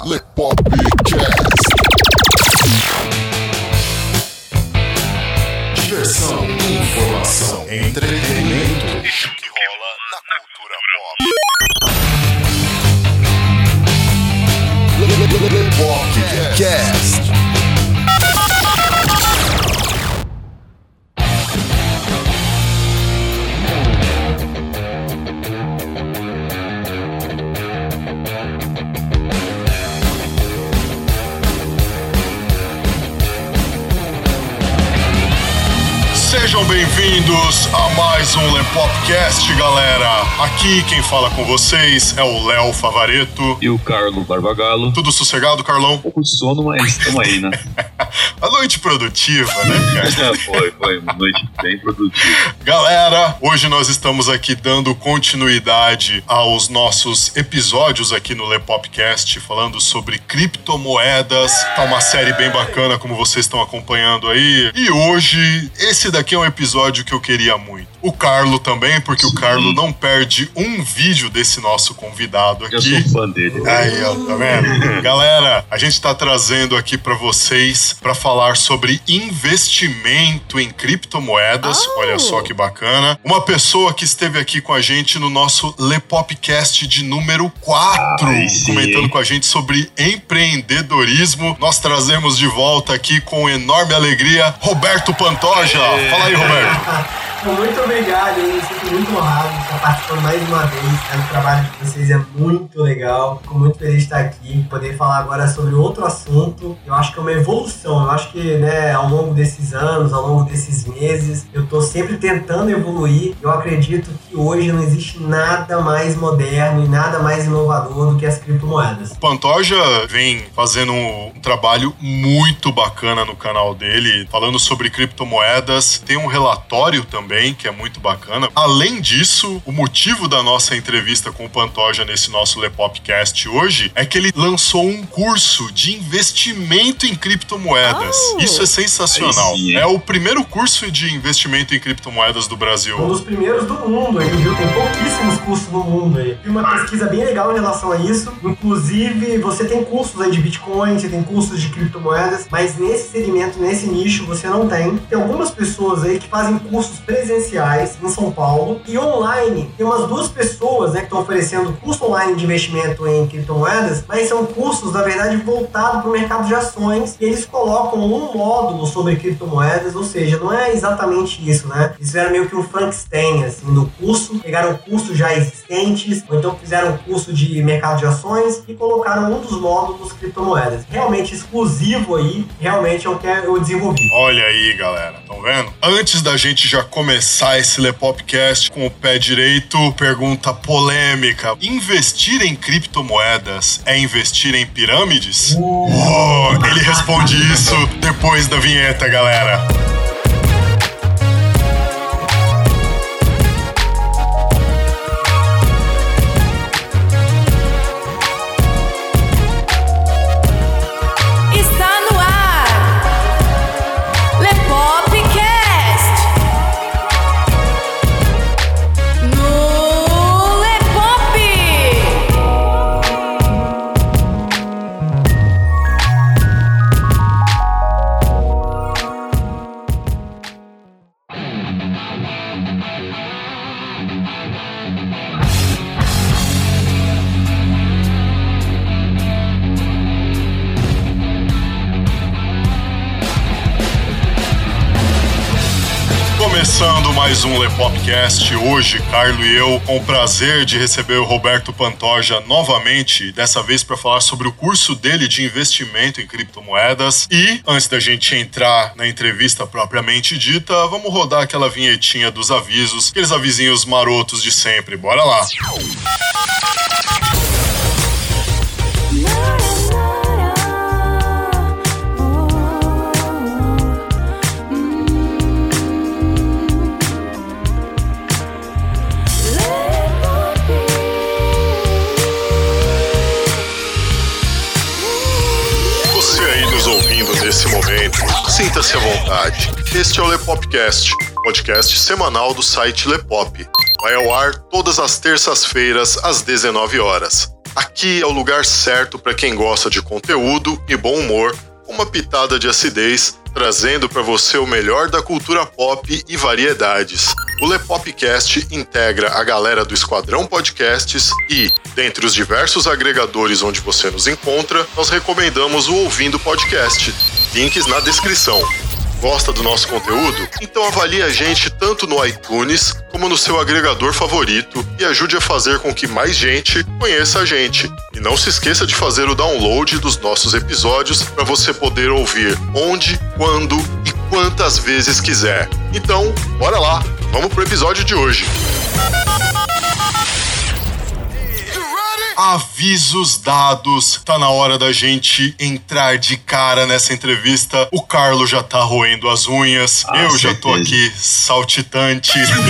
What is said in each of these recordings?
Lepopcast. Diversão, informação, entretenimento. Isso que rola na cultura pop. Lepopcast. Sejam bem-vindos a mais um Lepopcast, galera. Aqui quem fala com vocês é o Léo Favaretto e o Carlo Barbagalo. Tudo sossegado, Carlão? Um pouco de sono, mas estamos aí, né? A noite produtiva, né, cara? Foi uma noite bem produtiva. Galera, hoje nós estamos aqui dando continuidade aos nossos episódios aqui no Lepopcast, falando sobre criptomoedas. Tá uma série bem bacana, como vocês estão acompanhando aí. E hoje, esse daqui é um episódio que eu queria muito. O Carlo também, porque o Carlo não perde um vídeo desse nosso convidado aqui. Eu sou fã dele. Aí, ó, tá vendo? Galera, a gente tá trazendo aqui pra vocês pra falar sobre investimento em criptomoedas. Olha só que bacana. Uma pessoa que esteve aqui com a gente no nosso Lepopcast de número 4, comentando com a gente sobre empreendedorismo. Nós trazemos de volta aqui com enorme alegria Roberto Pantoja. Fala aí, Roberto. Muito obrigado, eu fico muito honrado de estar participando mais uma vez. O trabalho de vocês é muito legal. Fico muito feliz de estar aqui, poder falar agora sobre outro assunto. Eu acho que é uma evolução. Eu acho que, né, ao longo desses anos, ao longo desses meses, eu estou sempre tentando evoluir. Eu acredito que hoje não existe nada mais moderno e nada mais inovador do que as criptomoedas. O Pantoja vem fazendo um trabalho muito bacana no canal dele, falando sobre criptomoedas. Tem um relatório também, que é muito bacana. Além disso, o motivo da nossa entrevista com o Pantoja nesse nosso Lepopcast hoje é que ele lançou um curso de investimento em criptomoedas. Isso é sensacional. É o primeiro curso de investimento em criptomoedas do Brasil. Um dos primeiros do mundo aí, viu? Tem pouquíssimos cursos no mundo aí. Tem uma pesquisa bem legal em relação a isso. Inclusive, você tem cursos aí de Bitcoin, você tem cursos de criptomoedas, mas nesse segmento, nesse nicho, você não tem. Tem algumas pessoas aí que fazem cursos presenciais em São Paulo e online. Tem umas 2 pessoas, né, que estão oferecendo curso online de investimento em criptomoedas, mas são cursos, na verdade, voltados para o mercado de ações, e eles colocam um módulo sobre criptomoedas, ou seja, não é exatamente isso, né? Eles fizeram meio que um Frankenstein, assim, do curso, pegaram cursos já existentes, ou então fizeram um curso de mercado de ações e colocaram um dos módulos criptomoedas. Realmente exclusivo aí, realmente é o que eu desenvolvi. Olha aí, galera, estão vendo? Antes da gente já começar esse Lepopcast com o pé direito, pergunta polêmica. Investir em criptomoedas é investir em pirâmides? Ele responde isso depois da vinheta, galera. Começando mais um Lepopcast, hoje, Carlo e eu, com o prazer de receber o Roberto Pantoja novamente, dessa vez para falar sobre o curso dele de investimento em criptomoedas. E, antes da gente entrar na entrevista propriamente dita, vamos rodar aquela vinhetinha dos avisos, aqueles avisinhos marotos de sempre. Bora lá! Nesse momento, sinta-se à vontade. Este é o Lepopcast, podcast semanal do site Lepop. Vai ao ar todas as terças-feiras às 19 horas. Aqui é o lugar certo para quem gosta de conteúdo e bom humor, uma pitada de acidez, trazendo para você o melhor da cultura pop e variedades. O Lepopcast integra a galera do Esquadrão Podcasts e, dentre os diversos agregadores onde você nos encontra, nós recomendamos o Ouvindo Podcast. Links na descrição. Gosta do nosso conteúdo? Então avalie a gente tanto no iTunes como no seu agregador favorito e ajude a fazer com que mais gente conheça a gente. E não se esqueça de fazer o download dos nossos episódios para você poder ouvir onde, quando e quantas vezes quiser. Então, bora lá, vamos pro episódio de hoje. Avisos dados, tá na hora da gente entrar de cara nessa entrevista. O Carlo já tá roendo as unhas, eu já tô aqui saltitante.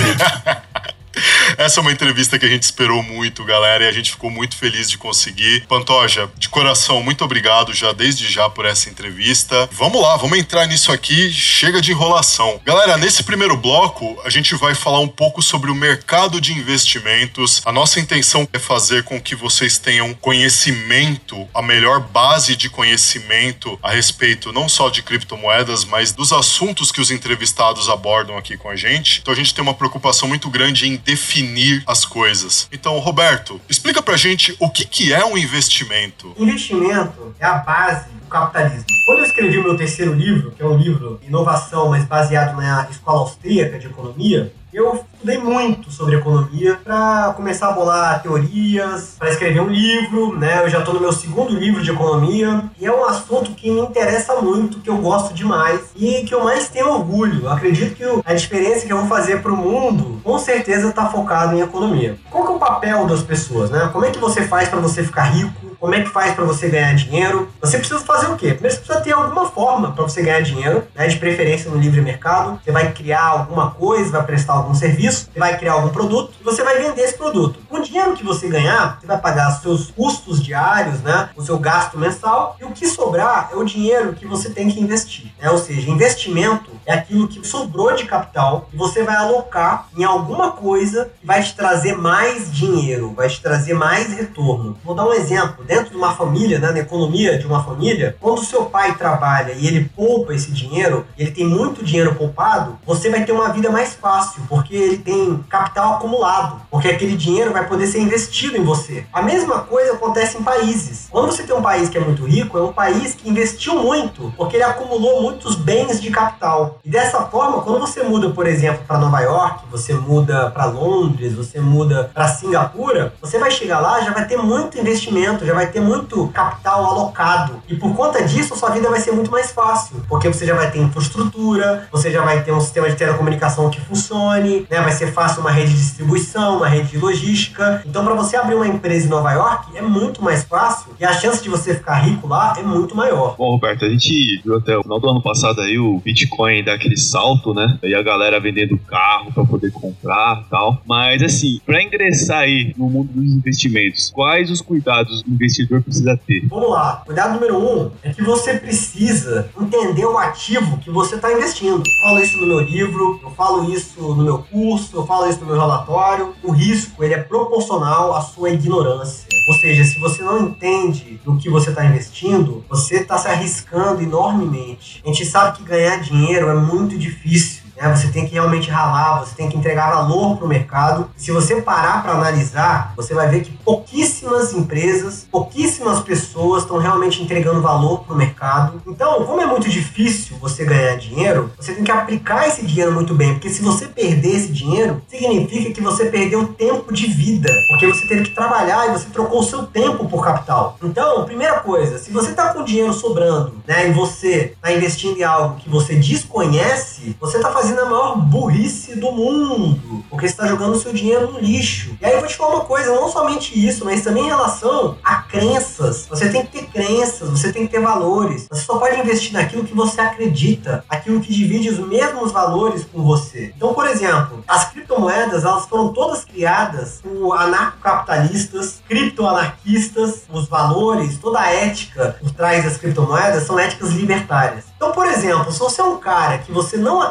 Essa é uma entrevista que a gente esperou muito, galera, e a gente ficou muito feliz de conseguir. Pantoja, de coração, muito obrigado desde já por essa entrevista. Vamos lá, vamos entrar nisso aqui, chega de enrolação. Galera, nesse primeiro bloco, a gente vai falar um pouco sobre o mercado de investimentos. A nossa intenção é fazer com que vocês tenham conhecimento, a melhor base de conhecimento a respeito não só de criptomoedas, mas dos assuntos que os entrevistados abordam aqui com a gente. Então a gente tem uma preocupação muito grande em definir as coisas. Então, Roberto, explica pra gente o que é um investimento. Investimento é a base do capitalismo. Quando eu escrevi o meu terceiro livro, que é um livro de inovação, mas baseado na escola austríaca de economia, eu estudei muito sobre economia para começar a bolar teorias, para escrever um livro, né? Eu já estou no meu segundo livro de economia e é um assunto que me interessa muito, que eu gosto demais e que eu mais tenho orgulho. Eu acredito que a diferença que eu vou fazer para o mundo, com certeza, está focado em economia. Qual que é o papel das pessoas, né? Como é que você faz para você ficar rico? Como é que faz para você ganhar dinheiro? Você precisa fazer o quê? Primeiro você precisa ter alguma forma para você ganhar dinheiro, né? De preferência no livre mercado. Você vai criar alguma coisa, vai prestar algum serviço, você vai criar algum produto e você vai vender esse produto. Com o dinheiro que você ganhar, você vai pagar os seus custos diários, né? O seu gasto mensal, e o que sobrar é o dinheiro que você tem que investir, né? Ou seja, investimento é aquilo que sobrou de capital e você vai alocar em alguma coisa que vai te trazer mais dinheiro, vai te trazer mais retorno. Vou dar um exemplo. Dentro de uma família, né, na economia de uma família, quando o seu pai trabalha e ele poupa esse dinheiro, ele tem muito dinheiro poupado, você vai ter uma vida mais fácil, porque ele tem capital acumulado, porque aquele dinheiro vai poder ser investido em você. A mesma coisa acontece em países. Quando você tem um país que é muito rico, é um país que investiu muito, porque ele acumulou muitos bens de capital. E dessa forma, quando você muda, por exemplo, para Nova York, você muda para Londres, você muda para Singapura, você vai chegar lá, já vai ter muito investimento, já vai ter muito capital alocado. E por conta disso, a sua vida vai ser muito mais fácil, porque você já vai ter infraestrutura, você já vai ter um sistema de telecomunicação que funcione, né? Vai ser fácil uma rede de distribuição, uma rede de logística. Então, para você abrir uma empresa em Nova York, é muito mais fácil e a chance de você ficar rico lá é muito maior. Bom, Roberto, a gente viu até o final do ano passado aí o Bitcoin dar aquele salto, né? E a galera vendendo carro para poder comprar e tal. Mas, assim, para ingressar aí no mundo dos investimentos, quais os cuidados o investidor precisa ter? Vamos lá. Cuidado número 1 é que você precisa entender o ativo que você está investindo. Eu falo isso no meu livro, eu falo isso no meu curso, eu falo isso no meu relatório. O risco, ele é proporcional à sua ignorância. Ou seja, se você não entende no que você está investindo, você está se arriscando enormemente. A gente sabe que ganhar dinheiro é muito difícil. Você tem que realmente ralar, você tem que entregar valor para o mercado. Se você parar para analisar, você vai ver que pouquíssimas empresas, pouquíssimas pessoas estão realmente entregando valor para o mercado. Então, como é muito difícil você ganhar dinheiro, você tem que aplicar esse dinheiro muito bem, porque se você perder esse dinheiro, significa que você perdeu tempo de vida, porque você teve que trabalhar e você trocou o seu tempo por capital. Então, primeira coisa, se você está com dinheiro sobrando, né, e você está investindo em algo que você desconhece, você está fazendo a maior burrice do mundo, porque você está jogando o seu dinheiro no lixo. E aí eu vou te falar uma coisa, não somente isso, mas também em relação a crenças. Você tem que ter crenças, você tem que ter valores. Você só pode investir naquilo que você acredita, aquilo que divide os mesmos valores com você. Então, por exemplo, as criptomoedas, elas foram todas criadas por anarcocapitalistas, criptoanarquistas. Os valores, toda a ética por trás das criptomoedas são éticas libertárias. Então, por exemplo, se você é um cara que você não acredita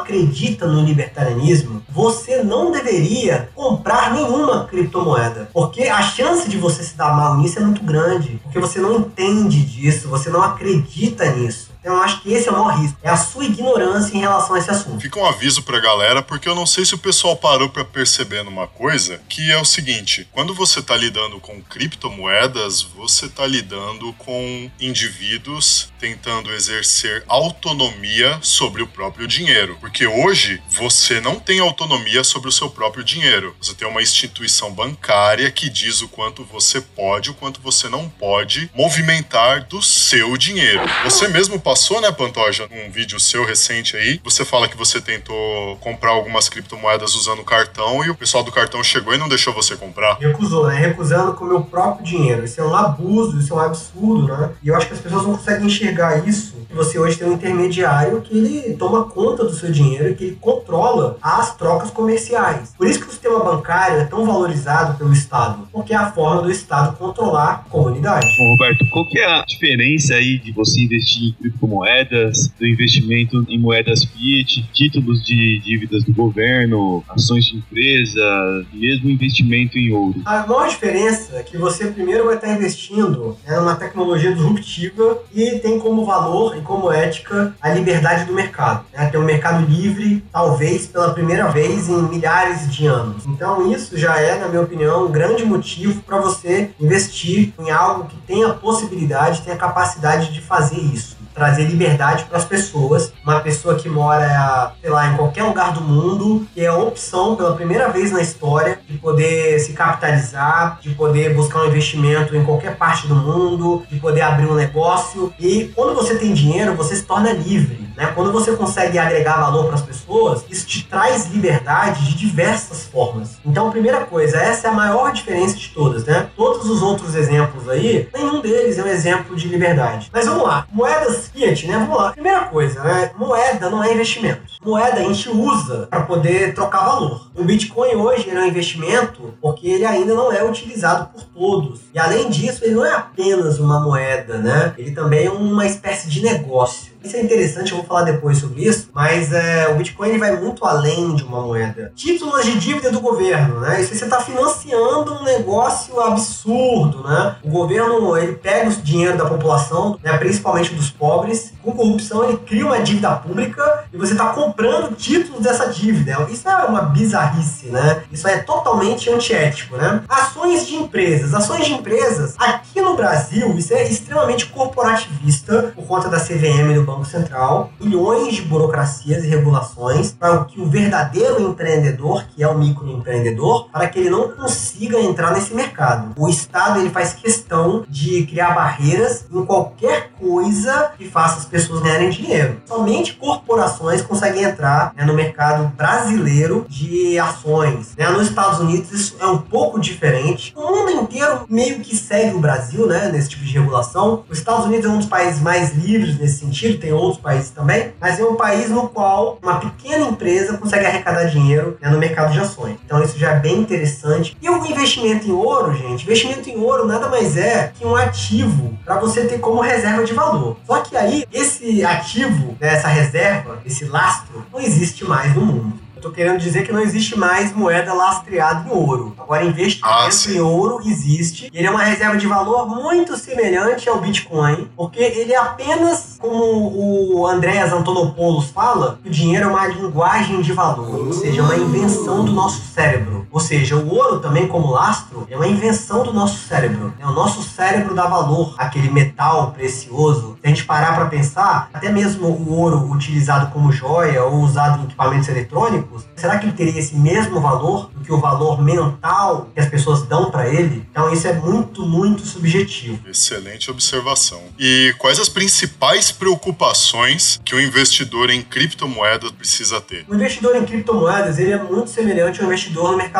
acredita no libertarianismo, você não deveria comprar nenhuma criptomoeda, porque a chance de você se dar mal nisso é muito grande, porque você não entende disso, você não acredita nisso. Então eu acho que esse é o maior risco, é a sua ignorância em relação a esse assunto. Fica um aviso pra galera, porque eu não sei se o pessoal parou pra perceber numa coisa, que é o seguinte: quando você tá lidando com criptomoedas, você tá lidando com indivíduos tentando exercer autonomia sobre o próprio dinheiro. Porque hoje, você não tem autonomia sobre o seu próprio dinheiro. Você tem uma instituição bancária que diz o quanto você pode, o quanto você não pode movimentar do seu dinheiro. Você mesmo passou, né, Pantoja, um vídeo seu recente aí, você fala que você tentou comprar algumas criptomoedas usando cartão e o pessoal do cartão chegou e não deixou você comprar. Recusou, né? Recusando com o meu próprio dinheiro. Isso é um abuso, isso é um absurdo, né? E eu acho que as pessoas não conseguem enxergar isso, que você hoje tem um intermediário que ele toma conta do seu dinheiro e que ele controla as trocas comerciais. Por isso que o sistema bancário é tão valorizado pelo Estado, porque é a forma do Estado controlar a comunidade. Bom, Roberto, qual que é a diferença aí de você investir em criptomoedas, do investimento em moedas fiat, títulos de dívidas do governo, ações de empresa, mesmo investimento em ouro? A maior diferença é que você primeiro vai estar investindo numa tecnologia disruptiva e tem como valor e como ética a liberdade do mercado. Tem um mercado livre, talvez pela primeira vez em milhares de anos. Então isso já é, na minha opinião, um grande motivo para você investir em algo que tenha a possibilidade, tenha a capacidade de fazer isso. Trazer liberdade para as pessoas. Uma pessoa que mora, sei lá, em qualquer lugar do mundo, que é a opção pela primeira vez na história de poder se capitalizar, de poder buscar um investimento em qualquer parte do mundo, de poder abrir um negócio. E quando você tem dinheiro, você se torna livre, né? Quando você consegue agregar valor para as pessoas, isso te traz liberdade de diversas formas. Então, primeira coisa, essa é a maior diferença de todas, né? Todos os outros exemplos aí, nenhum deles é um exemplo de liberdade. Mas vamos lá, moedas fiat, né? Vamos lá. Primeira coisa, né? Moeda não é investimento. Moeda a gente usa para poder trocar valor. O Bitcoin hoje é um investimento porque ele ainda não é utilizado por todos. E além disso, ele não é apenas uma moeda, né? Ele também é uma espécie de negócio. Isso é interessante, eu vou falar depois sobre isso, mas o Bitcoin ele vai muito além de uma moeda. Títulos de dívida do governo, né? Isso você está financiando um negócio absurdo, né? O governo, ele pega o dinheiro da população, né, principalmente dos pobres, com corrupção ele cria uma dívida pública e você está comprando títulos dessa dívida. Isso é uma bizarrice, né? Isso é totalmente antiético, né? Ações de empresas. Ações de empresas, aqui no Brasil, isso é extremamente corporativista, por conta da CVM do Banco Central, milhões de burocracias e regulações para que o verdadeiro empreendedor, que é o microempreendedor, para que ele não consiga entrar nesse mercado. O Estado ele faz questão de criar barreiras em qualquer coisa que faça as pessoas ganharem dinheiro. Somente corporações conseguem entrar, né, no mercado brasileiro de ações. Né? Nos Estados Unidos isso é um pouco diferente. O mundo inteiro meio que segue o Brasil, né, nesse tipo de regulação. Os Estados Unidos é um dos países mais livres nesse sentido, tem outros países também, mas é um país no qual uma pequena empresa consegue arrecadar dinheiro, né, no mercado de ações. Então isso já é bem interessante. E o investimento em ouro, gente, investimento em ouro nada mais é que um ativo para você ter como reserva de valor. Só que aí, esse ativo, né, essa reserva, esse lastro, não existe mais no mundo. Estou querendo dizer que não existe mais moeda lastreada em ouro. Agora, investimento em ouro existe. Ele é uma reserva de valor muito semelhante ao Bitcoin, porque ele é apenas, como o Andreas Antonopoulos fala, que o dinheiro é uma linguagem de valor, ou seja, é uma invenção do nosso cérebro. Ou seja, o ouro também, como lastro, é uma invenção do nosso cérebro. O nosso cérebro dá valor àquele metal precioso. Se a gente parar para pensar, até mesmo o ouro utilizado como joia ou usado em equipamentos eletrônicos, será que ele teria esse mesmo valor do que o valor mental que as pessoas dão para ele? Então isso é muito, muito subjetivo. Excelente observação. E quais as principais preocupações que o investidor em criptomoedas precisa ter? O investidor em criptomoedas ele é muito semelhante ao investidor no mercado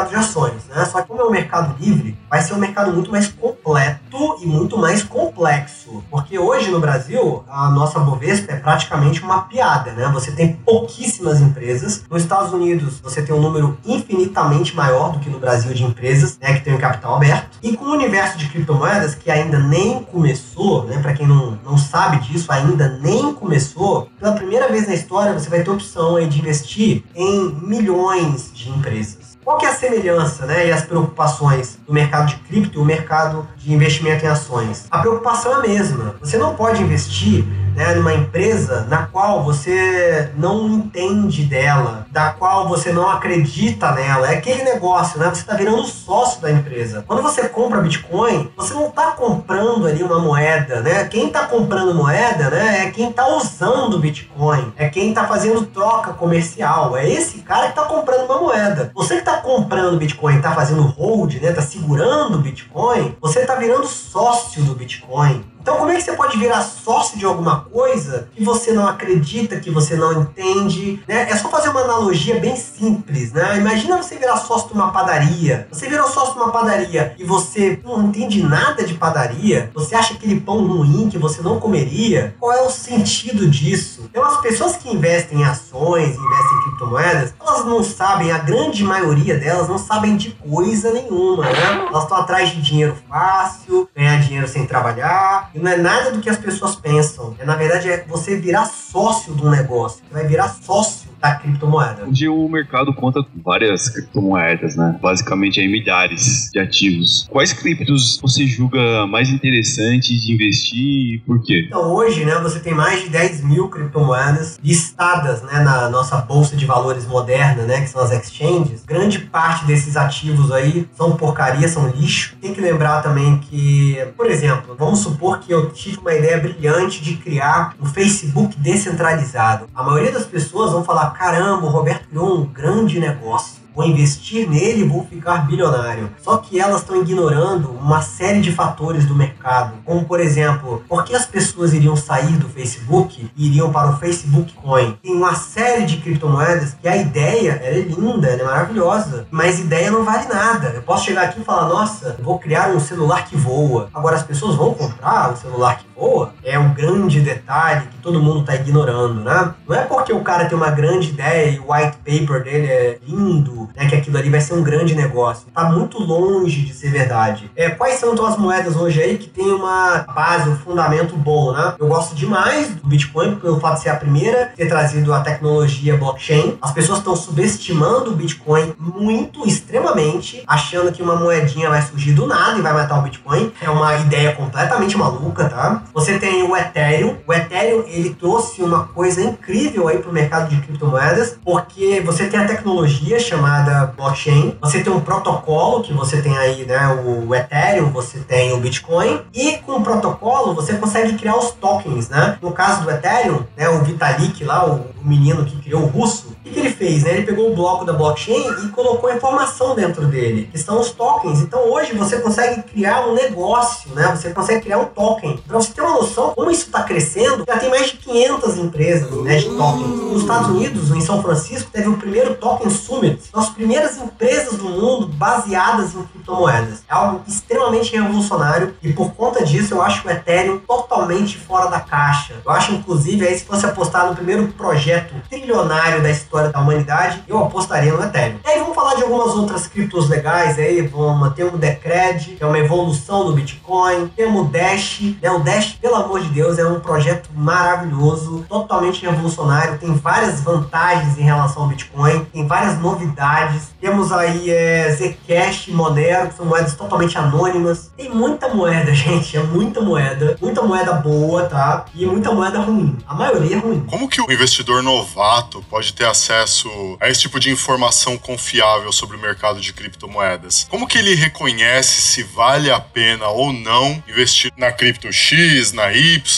mercado de ações, né? Só que como é um mercado livre, vai ser um mercado muito mais completo e muito mais complexo. Porque hoje no Brasil, a nossa Bovespa é praticamente uma piada, né? Você tem pouquíssimas empresas. Nos Estados Unidos, você tem um número infinitamente maior do que no Brasil de empresas, né, que tem um capital aberto. E com o universo de criptomoedas, que ainda nem começou, né? Para quem não sabe disso, ainda nem começou, pela primeira vez na história, você vai ter opção aí de investir em milhões de empresas. Qual que é a semelhança, né, e as preocupações do mercado de cripto e o mercado de investimento em ações? A preocupação é a mesma. Você não pode investir, né, numa empresa na qual você não entende dela, da qual você não acredita nela. É aquele negócio, né? Você está virando sócio da empresa. Quando você compra Bitcoin, você não está comprando ali uma moeda, né? Quem está comprando moeda, né, é quem está usando Bitcoin, é quem está fazendo troca comercial. É esse cara que está comprando uma moeda. Você que está comprando Bitcoin, está fazendo hold, né, está segurando Bitcoin, você está virando sócio do Bitcoin. Então, como é que você pode virar sócio de alguma coisa que você não acredita, que você não entende, né? É só fazer uma analogia bem simples, né? Imagina você virar sócio de uma padaria. Você virou sócio de uma padaria e você não entende nada de padaria, você acha aquele pão ruim que você não comeria. Qual é o sentido disso? Então, as pessoas que investem em ações, investem em criptomoedas, elas não sabem, a grande maioria delas não sabem de coisa nenhuma, né? Elas estão atrás de dinheiro fácil, ganhar dinheiro sem trabalhar. E não é nada do que as pessoas pensam. Na verdade, é você virar sócio de um negócio. Você vai virar sócio da criptomoeda. Hoje o mercado conta com várias criptomoedas, né? Basicamente aí milhares de ativos. Quais criptos você julga mais interessantes de investir e por quê? Então hoje, né, você tem mais de 10 mil criptomoedas listadas, né, na nossa bolsa de valores moderna, né, que são as exchanges. Grande parte desses ativos aí são porcaria, são lixo. Tem que lembrar também que, por exemplo, vamos supor que eu tive uma ideia brilhante de criar um Facebook descentralizado. A maioria das pessoas vão falar: caramba, o Roberto criou um grande negócio. Vou investir nele e vou ficar bilionário. Só que elas estão ignorando uma série de fatores do mercado. Como, por exemplo, por que as pessoas iriam sair do Facebook e iriam para o Facebook Coin? Tem uma série de criptomoedas que a ideia é linda, é maravilhosa, mas ideia não vale nada. Eu posso chegar aqui e falar: nossa, eu vou criar um celular que voa. Agora as pessoas vão comprar um celular que voa? É um grande detalhe que todo mundo está ignorando, né? Não é porque o cara tem uma grande ideia e o white paper dele é lindo, né, que aquilo ali vai ser um grande negócio. Tá muito longe de ser verdade. Quais são então as moedas hoje aí que tem uma base, um fundamento bom, né? Eu gosto demais do Bitcoin pelo fato de ser a primeira a ter trazido a tecnologia blockchain. As pessoas estão subestimando o Bitcoin muito, extremamente, achando que uma moedinha vai surgir do nada e vai matar o Bitcoin. É uma ideia completamente maluca, tá? Você tem o Ethereum. O Ethereum, ele trouxe uma coisa incrível aí pro mercado de criptomoedas, porque você tem a tecnologia chamada blockchain, você tem um protocolo que você tem aí, né, o Ethereum, você tem o Bitcoin, e com o protocolo você consegue criar os tokens, né? No caso do Ethereum, né, o Vitalik lá, o menino que criou o russo, o que ele fez, né? Ele pegou o bloco da blockchain e colocou a informação dentro dele, que são os tokens. Então hoje você consegue criar um negócio, né? Você consegue criar um token. Pra você ter uma noção como isso está crescendo, já tem mais de 500 empresas, né, de tokens. Nos Estados Unidos, em São Francisco, teve o primeiro Token Summit. São as primeiras empresas do mundo baseadas em criptomoedas. É algo extremamente revolucionário e por conta disso eu acho o Ethereum totalmente fora da caixa. Eu acho, inclusive, aí se fosse apostar no primeiro projeto trilionário da história da humanidade, eu apostaria no Ethereum. E aí vamos falar de algumas outras criptos legais aí. Temos o Decred, que é uma evolução do Bitcoin. Temos o Dash, né? O Dash, pelo amor de Deus, é um projeto maravilhoso, totalmente revolucionário, tem várias vantagens em relação ao Bitcoin, tem várias novidades. Temos aí Zcash, Monero, que são moedas totalmente anônimas. Tem muita moeda, gente, muita moeda boa, tá? E muita moeda ruim. A maioria é ruim. Como que o investidor novato pode ter acesso a esse tipo de informação confiável sobre o mercado de criptomoedas? Como que ele reconhece se vale a pena ou não investir na cripto X, na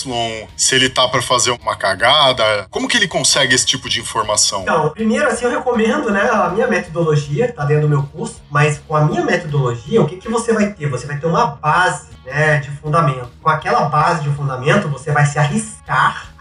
Y, se ele tá para fazer uma cagada? Como que ele consegue esse tipo de informação? Então, primeiro, assim, eu recomendo, né, a minha metodologia, que tá dentro do meu curso, mas com a minha metodologia, o que você vai ter? Você vai ter uma base, né, de fundamento. Com aquela base de fundamento, você vai se arriscar a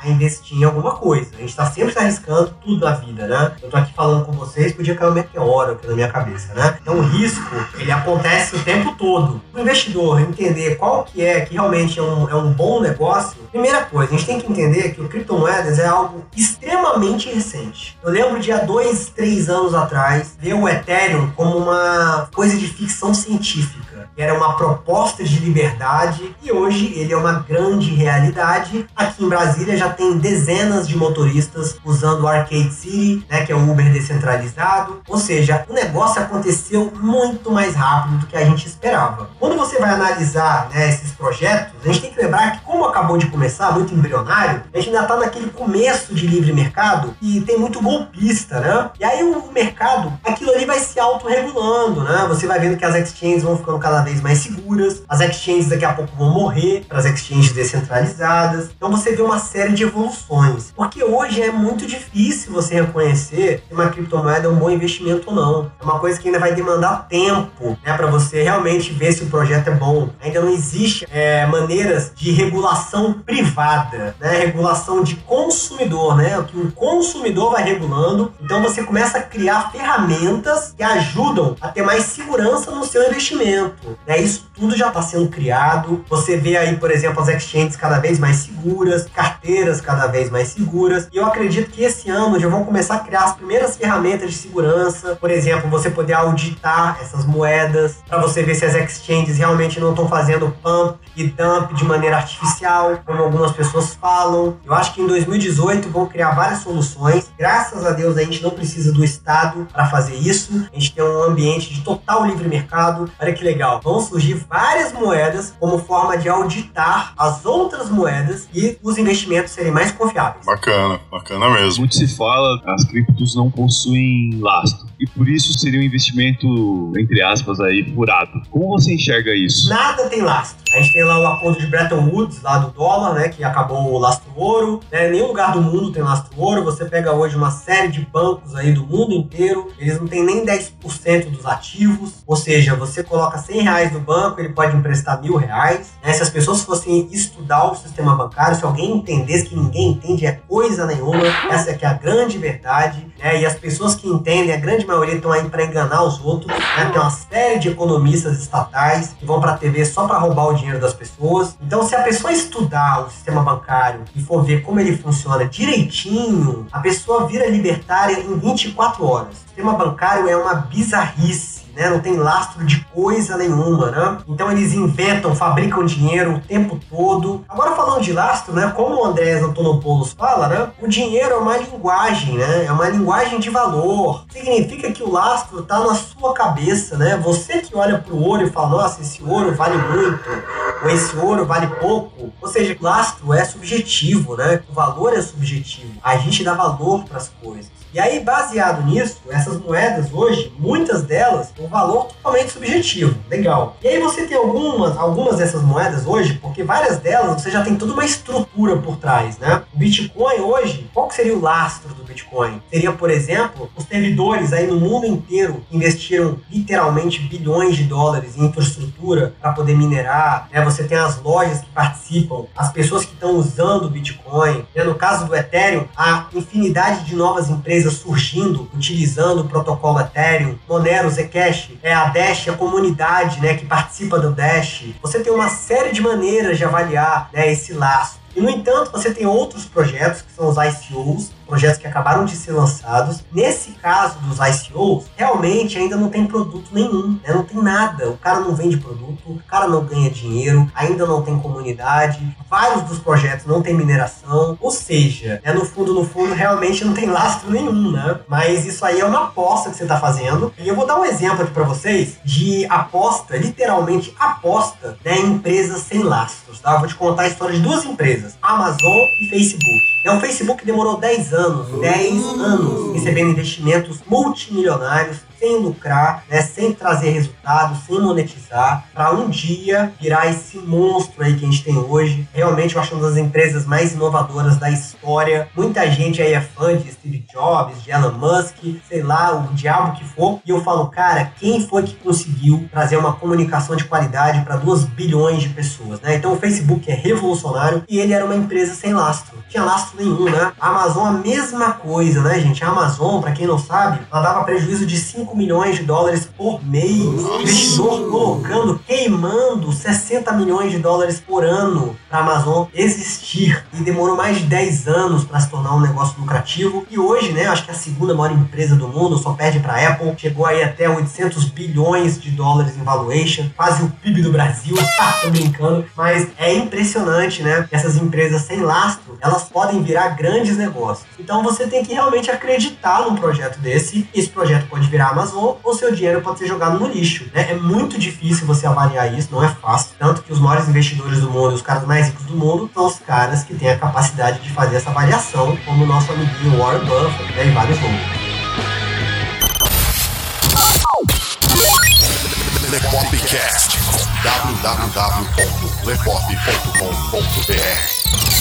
a investir em alguma coisa. A gente tá sempre se arriscando tudo na vida, né? Eu tô aqui falando com vocês, podia cair um meteoro aqui na minha cabeça, né? Então o risco, ele acontece o tempo todo. O investidor entender qual que realmente é um bom negócio, primeira coisa, a gente tem que entender que o criptomoedas é algo extremamente recente. Eu lembro de há 2, 3 anos atrás, ver o Ethereum como uma coisa de ficção científica. Era uma proposta de liberdade e hoje ele é uma grande realidade. Aqui em Brasília já tem dezenas de motoristas usando o Arcade City, né, que é o Uber descentralizado. Ou seja, o negócio aconteceu muito mais rápido do que a gente esperava. Quando você vai analisar, né, esses projetos, a gente tem que lembrar que, como acabou de começar, muito embrionário, a gente ainda está naquele começo de livre mercado e tem muito golpista, né? E aí o mercado, aquilo ali vai se autorregulando, né? Você vai vendo que as exchanges vão ficando cada vez mais seguras, as exchanges daqui a pouco vão morrer para as exchanges descentralizadas. Então você vê uma série de evoluções. Porque hoje é muito difícil você reconhecer se uma criptomoeda é um bom investimento ou não. É uma coisa que ainda vai demandar tempo, né, para você realmente ver se o projeto é bom. Ainda não existe maneiras de regulação privada, né, regulação de consumidor, né, o que o consumidor vai regulando. Então você começa a criar ferramentas que ajudam a ter mais segurança no seu investimento. Isso tudo já está sendo criado. Você vê aí, por exemplo, as exchanges cada vez mais seguras, carteiras cada vez mais seguras. E eu acredito que esse ano já vão começar a criar as primeiras ferramentas de segurança. Por exemplo, você poder auditar essas moedas para você ver se as exchanges realmente não estão fazendo pump e dump de maneira artificial, como algumas pessoas falam. Eu acho que em 2018 vão criar várias soluções. Graças a Deus a gente não precisa do Estado para fazer isso. A gente tem um ambiente de total livre mercado. Olha que legal. Vão surgir várias moedas como forma de auditar as outras moedas e os investimentos serem mais confiáveis. Bacana, bacana mesmo. Muito se fala, as criptos não possuem lastro. E por isso seria um investimento, entre aspas, aí, furado. Como você enxerga isso? Nada tem lastro. A gente tem lá o acordo de Bretton Woods, lá do dólar, né, que acabou o lastro ouro. Nenhum lugar do mundo tem lastro ouro. Você pega hoje uma série de bancos aí do mundo inteiro, eles não têm nem 10% dos ativos. Ou seja, você coloca R$100 no banco, ele pode emprestar R$1.000. Né? Se as pessoas fossem estudar o sistema bancário, se alguém entendesse que ninguém entende é coisa nenhuma, essa é que é a grande verdade. Né? E as pessoas que entendem, a grande maioria estão aí para enganar os outros. Né? Tem uma série de economistas estatais que vão para a TV só para roubar o dinheiro das pessoas. Então, se a pessoa estudar o sistema bancário e for ver como ele funciona direitinho, a pessoa vira libertária em 24 horas. O sistema bancário é uma bizarrice. Né? Não tem lastro de coisa nenhuma, né? Então eles inventam, fabricam dinheiro o tempo todo. Agora falando de lastro, né? Como o Andrés Antonopoulos fala, né? O dinheiro é uma linguagem, né? É uma linguagem de valor. Significa que o lastro está na sua cabeça, né? Você que olha pro ouro e fala, nossa, esse ouro vale muito, ou esse ouro vale pouco. Ou seja, o lastro é subjetivo, né? O valor é subjetivo. A gente dá valor para as coisas. E aí, baseado nisso, essas moedas hoje, muitas delas, um valor totalmente subjetivo. Legal. E aí você tem algumas dessas moedas hoje, porque várias delas você já tem toda uma estrutura por trás, né? O Bitcoin hoje, qual que seria o lastro do Bitcoin? Seria, por exemplo, os servidores aí no mundo inteiro que investiram literalmente bilhões de dólares em infraestrutura para poder minerar, né? Você tem as lojas que participam, as pessoas que estão usando o Bitcoin, né? No caso do Ethereum, a infinidade de novas empresas surgindo, utilizando o protocolo Ethereum, Monero, Zcash, a Dash, a comunidade, né, que participa do Dash. Você tem uma série de maneiras de avaliar, né, esse laço. E, no entanto, você tem outros projetos, que são os ICOs, projetos que acabaram de ser lançados. Nesse caso dos ICOs, realmente ainda não tem produto nenhum, né? Não tem nada. O cara não vende produto, o cara não ganha dinheiro, ainda não tem comunidade, vários dos projetos não tem mineração, ou seja, no fundo, realmente não tem lastro nenhum, né? Mas isso aí é uma aposta que você está fazendo. E eu vou dar um exemplo aqui para vocês de aposta, literalmente aposta, né, em empresas sem lastros, tá? Eu vou te contar a história de duas empresas, Amazon e Facebook. O Facebook demorou 10 anos recebendo investimentos multimilionários, sem lucrar, né, sem trazer resultados, sem monetizar, para um dia virar esse monstro aí que a gente tem hoje. Realmente eu acho uma das empresas mais inovadoras da história. Muita gente aí é fã de Steve Jobs, de Elon Musk, sei lá, o diabo que for. E eu falo, cara, quem foi que conseguiu trazer uma comunicação de qualidade para 2 bilhões de pessoas, né? Então o Facebook é revolucionário e ele era uma empresa sem lastro. Tinha lastro nenhum, né? A Amazon, a mesma coisa, né, gente? A Amazon, pra quem não sabe, ela dava prejuízo de 5 milhões de dólares por mês. Investidor colocando, queimando 60 milhões de dólares por ano pra Amazon existir. E demorou mais de 10 anos pra se tornar um negócio lucrativo. E hoje, né, acho que é a segunda maior empresa do mundo, só perde pra Apple. Chegou aí até 800 bilhões de dólares em valuation, quase o PIB do Brasil. Tô brincando. Mas é impressionante, né? Essas empresas sem lastro, elas podem virar grandes negócios. Então você tem que realmente acreditar num projeto desse. Esse projeto pode virar Amazon ou seu dinheiro pode ser jogado no lixo, né? É muito difícil você avaliar isso, não é fácil. Tanto que os maiores investidores do mundo, os caras mais ricos do mundo, são os caras que têm a capacidade de fazer essa avaliação, como o nosso amiguinho Warren Buffett, né? E vários outros. Lepopcast, www.lepop.com.br.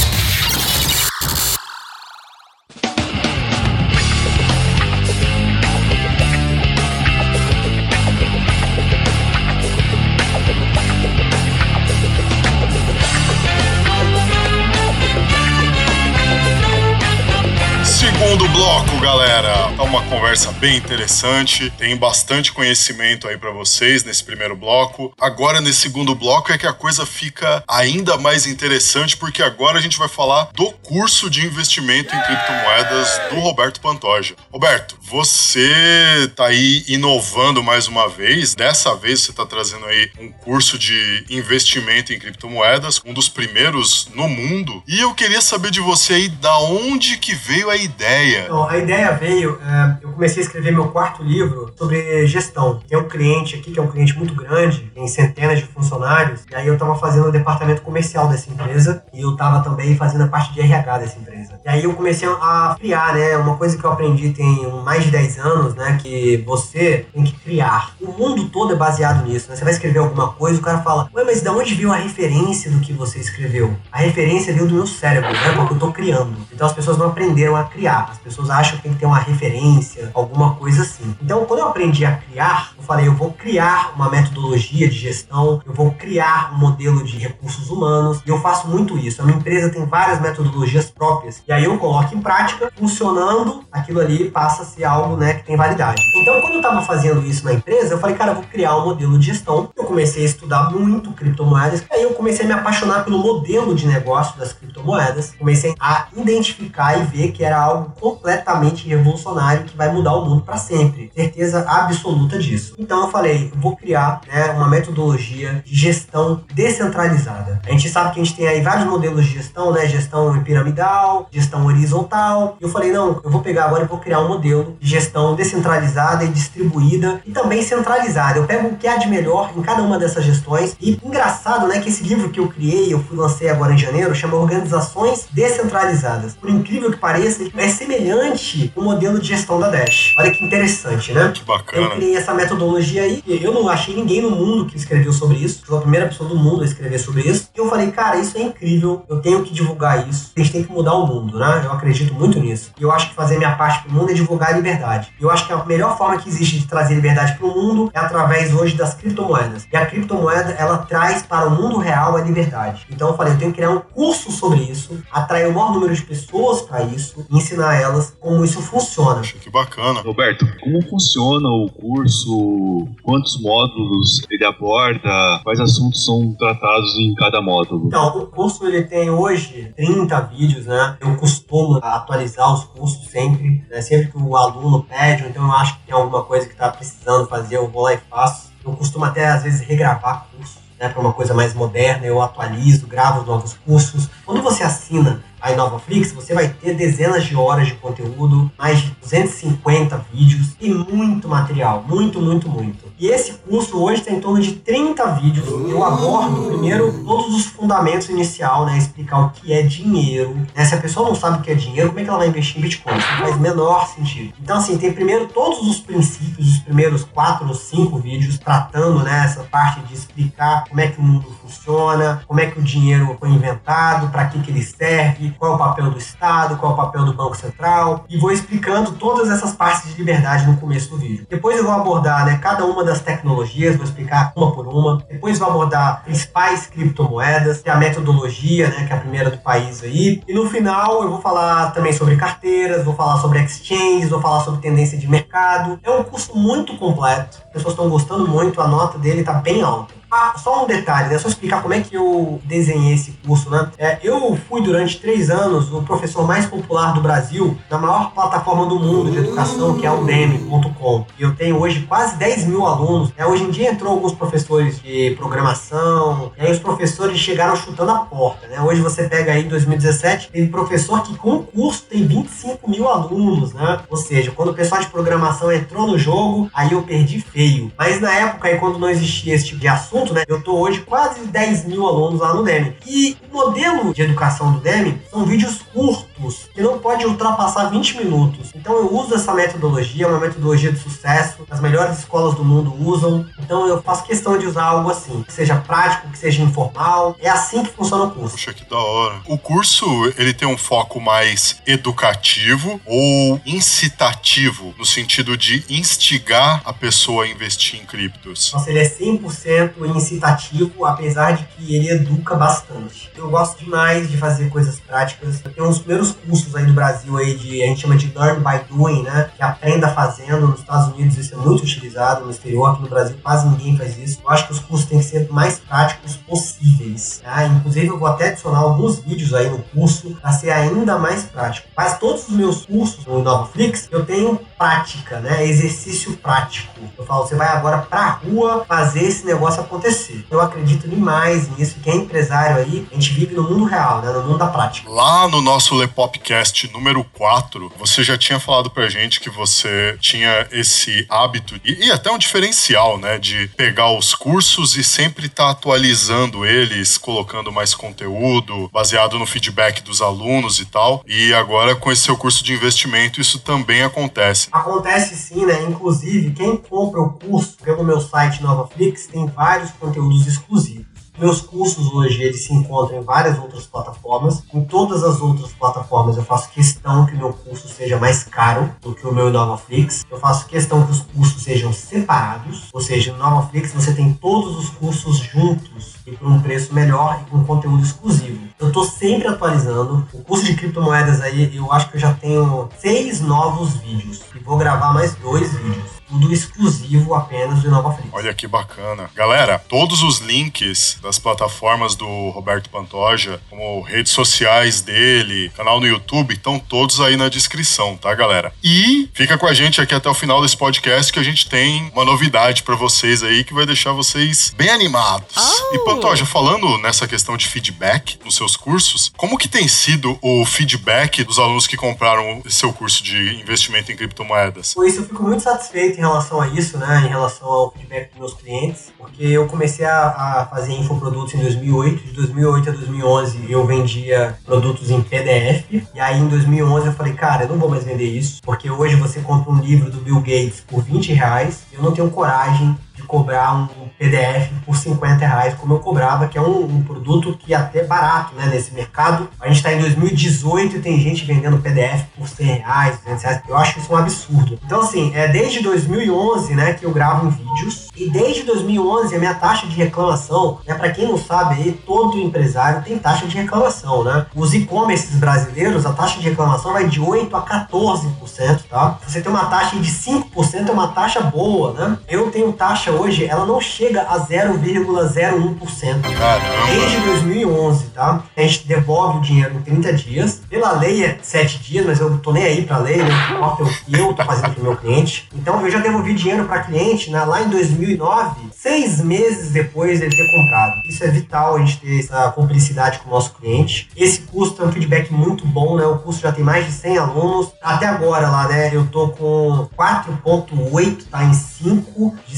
Segundo bloco, galera, tá uma conversa bem interessante, tem bastante conhecimento aí pra vocês nesse primeiro bloco. Agora, nesse segundo bloco, é que a coisa fica ainda mais interessante, porque agora a gente vai falar do curso de investimento em criptomoedas do Roberto Pantoja. Roberto, você tá aí inovando mais uma vez, dessa vez você tá trazendo aí um curso de investimento em criptomoedas, um dos primeiros no mundo, e eu queria saber de você aí, da onde que veio a ideia? Então, a ideia veio, eu comecei a escrever meu quarto livro sobre gestão. Tem um cliente aqui que é um cliente muito grande, tem centenas de funcionários, e aí eu estava fazendo o departamento comercial dessa empresa e eu estava também fazendo a parte de RH dessa empresa. E aí eu comecei a criar, né, uma coisa que eu aprendi tem mais de 10 anos, né, que você tem que criar. O mundo todo é baseado nisso, né? Você vai escrever alguma coisa, o cara fala, ué, mas de onde veio a referência do que você escreveu? A referência veio do meu cérebro, né, porque eu tô criando. Então as pessoas não aprenderam a criar. As pessoas acham que tem que ter uma referência, alguma coisa assim. Então, quando eu aprendi a criar, eu falei, eu vou criar uma metodologia de gestão, eu vou criar um modelo de recursos humanos, e eu faço muito isso. A minha empresa tem várias metodologias próprias, e aí eu coloco em prática, funcionando, aquilo ali passa a ser algo, né, que tem validade. Então, quando eu estava fazendo isso na empresa, eu falei, cara, eu vou criar um modelo de gestão. Eu comecei a estudar muito criptomoedas, e aí eu comecei a me apaixonar pelo modelo de negócio das criptomoedas, comecei a identificar e ver que era algo completamente revolucionário que vai mudar o mundo para sempre. Certeza absoluta disso. Então eu falei, eu vou criar, né, uma metodologia de gestão descentralizada. A gente sabe que a gente tem aí vários modelos de gestão, né? Gestão piramidal, gestão horizontal. E eu falei, não, eu vou pegar agora e vou criar um modelo de gestão descentralizada e distribuída e também centralizada. Eu pego o que há de melhor em cada uma dessas gestões. E engraçado, né, que esse livro que eu criei, lancei agora em janeiro, chama Organizações Descentralizadas. Por incrível que pareça, é semelhante ao modelo de gestão da Dash. Olha que interessante, né? Que bacana. Eu criei essa metodologia aí, eu não achei ninguém no mundo que escreveu sobre isso. Sou a primeira pessoa do mundo a escrever sobre isso. E eu falei, cara, isso é incrível, eu tenho que divulgar isso. A gente tem que mudar o mundo, né? Eu acredito muito nisso. E eu acho que fazer minha parte pro mundo é divulgar a liberdade. E eu acho que a melhor forma que existe de trazer liberdade pro mundo é através hoje das criptomoedas. E a criptomoeda, ela traz para o mundo real a liberdade. Então eu falei, eu tenho que criar um curso sobre isso, atrair o maior número de pessoas para isso e ensinar elas como isso funciona. Que bacana. Roberto, como funciona o curso? Quantos módulos ele aborda? Quais assuntos são tratados em cada módulo? Então, o curso ele tem hoje 30 vídeos, né? Eu costumo atualizar os cursos sempre, né? Sempre que o aluno pede, ou então eu acho que tem alguma coisa que está precisando fazer, eu vou lá e faço. Eu costumo até, às vezes, regravar cursos, né, para uma coisa mais moderna, eu atualizo, gravo novos cursos. Quando você assina a InovaFlix, você vai ter dezenas de horas de conteúdo, mais de 250 vídeos e muito material, muito. E esse curso hoje tem em torno de 30 vídeos. Eu abordo primeiro todos os fundamentos inicial, né, explicar o que é dinheiro, né? Se a pessoa não sabe o que é dinheiro, como é que ela vai investir em Bitcoin? Isso não faz o menor sentido. Então, assim, tem primeiro todos os princípios, os primeiros 4 ou 5 vídeos tratando, né, essa parte de explicar como é que o mundo funciona, como é que o dinheiro foi inventado, para que ele serve, qual é o papel do Estado, qual é o papel do Banco Central, e vou explicando todas essas partes de liberdade no começo do vídeo. Depois eu vou abordar, né, cada uma das tecnologias, vou explicar uma por uma. Depois vou abordar principais criptomoedas, a metodologia, né, que é a primeira do país aí. E no final eu vou falar também sobre carteiras, vou falar sobre exchanges, vou falar sobre tendência de mercado. É um curso muito completo, as pessoas estão gostando muito, a nota dele está bem alta. Só um detalhe, né? Só explicar como é que eu desenhei esse curso, né? Eu fui durante 3 anos o professor mais popular do Brasil na maior plataforma do mundo de educação, que é a Udemy.com. E eu tenho hoje quase 10 mil alunos. Hoje em dia entrou alguns professores de programação, e aí os professores chegaram chutando a porta, né? Hoje você pega aí em 2017, tem professor que com o curso tem 25 mil alunos, né? Ou seja, quando o pessoal de programação entrou no jogo, aí eu perdi feio. Mas na época aí, quando não existia esse tipo de assunto, né? Eu tô hoje quase 10 mil alunos lá no Udemy. E o modelo de educação do Udemy são vídeos curtos, que não pode ultrapassar 20 minutos. Então eu uso essa metodologia, uma metodologia de sucesso, as melhores escolas do mundo usam. Então eu faço questão de usar algo assim, que seja prático, que seja informal. É assim que funciona o curso. Poxa, que da hora. O curso, ele tem um foco mais educativo ou incitativo, no sentido de instigar a pessoa a investir em criptos? Nossa, ele é 100% incitativo, apesar de que ele educa bastante. Eu gosto demais de fazer coisas práticas. Eu tenho uns primeiros cursos aí do Brasil aí a gente chama de Learn by Doing, né? Que aprenda fazendo. Nos Estados Unidos isso é muito utilizado, no exterior, aqui no Brasil quase ninguém faz isso. Eu acho que os cursos têm que ser mais práticos possíveis, tá? Inclusive eu vou até adicionar alguns vídeos aí no curso para ser ainda mais prático. Mas todos os meus cursos no InovaFlix, eu tenho prática, né? Exercício prático. Eu falo, você vai agora pra rua fazer esse negócio acontecer. Eu acredito demais nisso. Quem é empresário aí, a gente vive no mundo real, né? No mundo da prática. Lá no nosso Lepopcast número 4, você já tinha falado pra gente que você tinha esse hábito e até um diferencial, né? De pegar os cursos e sempre estar atualizando eles, colocando mais conteúdo, baseado no feedback dos alunos e tal. E agora com esse seu curso de investimento, isso também acontece. Acontece sim, né? Inclusive, quem compra o curso pelo meu site InovaFlix tem vários conteúdos exclusivos. Meus cursos hoje, eles se encontram em várias outras plataformas. Em todas as outras plataformas eu faço questão que o meu curso seja mais caro do que o meu InovaFlix. Eu faço questão que os cursos sejam separados. Ou seja, no InovaFlix você tem todos os cursos juntos e por um preço melhor e com conteúdo exclusivo. Eu tô sempre atualizando. O curso de criptomoedas aí, eu acho que eu já tenho 6 novos vídeos. E vou gravar mais 2 vídeos. Tudo exclusivo apenas do InovaFlix. Olha que bacana. Galera, todos os links das plataformas do Roberto Pantoja, como redes sociais dele, canal no YouTube, estão todos aí na descrição, tá, galera? E fica com a gente aqui até o final desse podcast que a gente tem uma novidade pra vocês aí que vai deixar vocês bem animados. E Pantoja, falando nessa questão de feedback nos seus cursos, como que tem sido o feedback dos alunos que compraram seu curso de investimento em criptomoedas? Por isso eu fico muito satisfeito em relação a isso, né? Em relação ao feedback dos meus clientes, porque eu comecei a fazer infoprodutos em 2008. De 2008 a 2011 eu vendia produtos em PDF. E aí em 2011 eu falei, cara, eu não vou mais vender isso, porque hoje você compra um livro do Bill Gates por R$20. Eu não tenho coragem de cobrar um PDF por R$50, como eu cobrava, que é um produto que é até barato, né, nesse mercado. A gente está em 2018 e tem gente vendendo PDF por R$100, R$200. Eu acho isso um absurdo. Então, assim, desde 2011, né, que eu gravo em vídeos. E desde 2011 a minha taxa de reclamação, né, para quem não sabe aí, todo empresário tem taxa de reclamação, né? Os e-commerces brasileiros, a taxa de reclamação vai de 8% a 14%, tá? Se você tem uma taxa de 5%, é uma taxa boa, né? Eu tenho taxa hoje, ela não chega a 0,01%. Caramba! Desde 2011, tá? A gente devolve o dinheiro em 30 dias. Pela lei é 7 dias, mas eu tô nem aí pra lei, né? Não importa o que eu tô fazendo pro meu cliente. Então eu já devolvi dinheiro pra cliente, né, lá em 2009, 6 meses depois dele ter comprado. Isso é vital, a gente ter essa cumplicidade com o nosso cliente. Esse curso tem um feedback muito bom, né? O curso já tem mais de 100 alunos. Até agora lá, né, eu tô com 4.8, tá? Em 5 de estrelinha.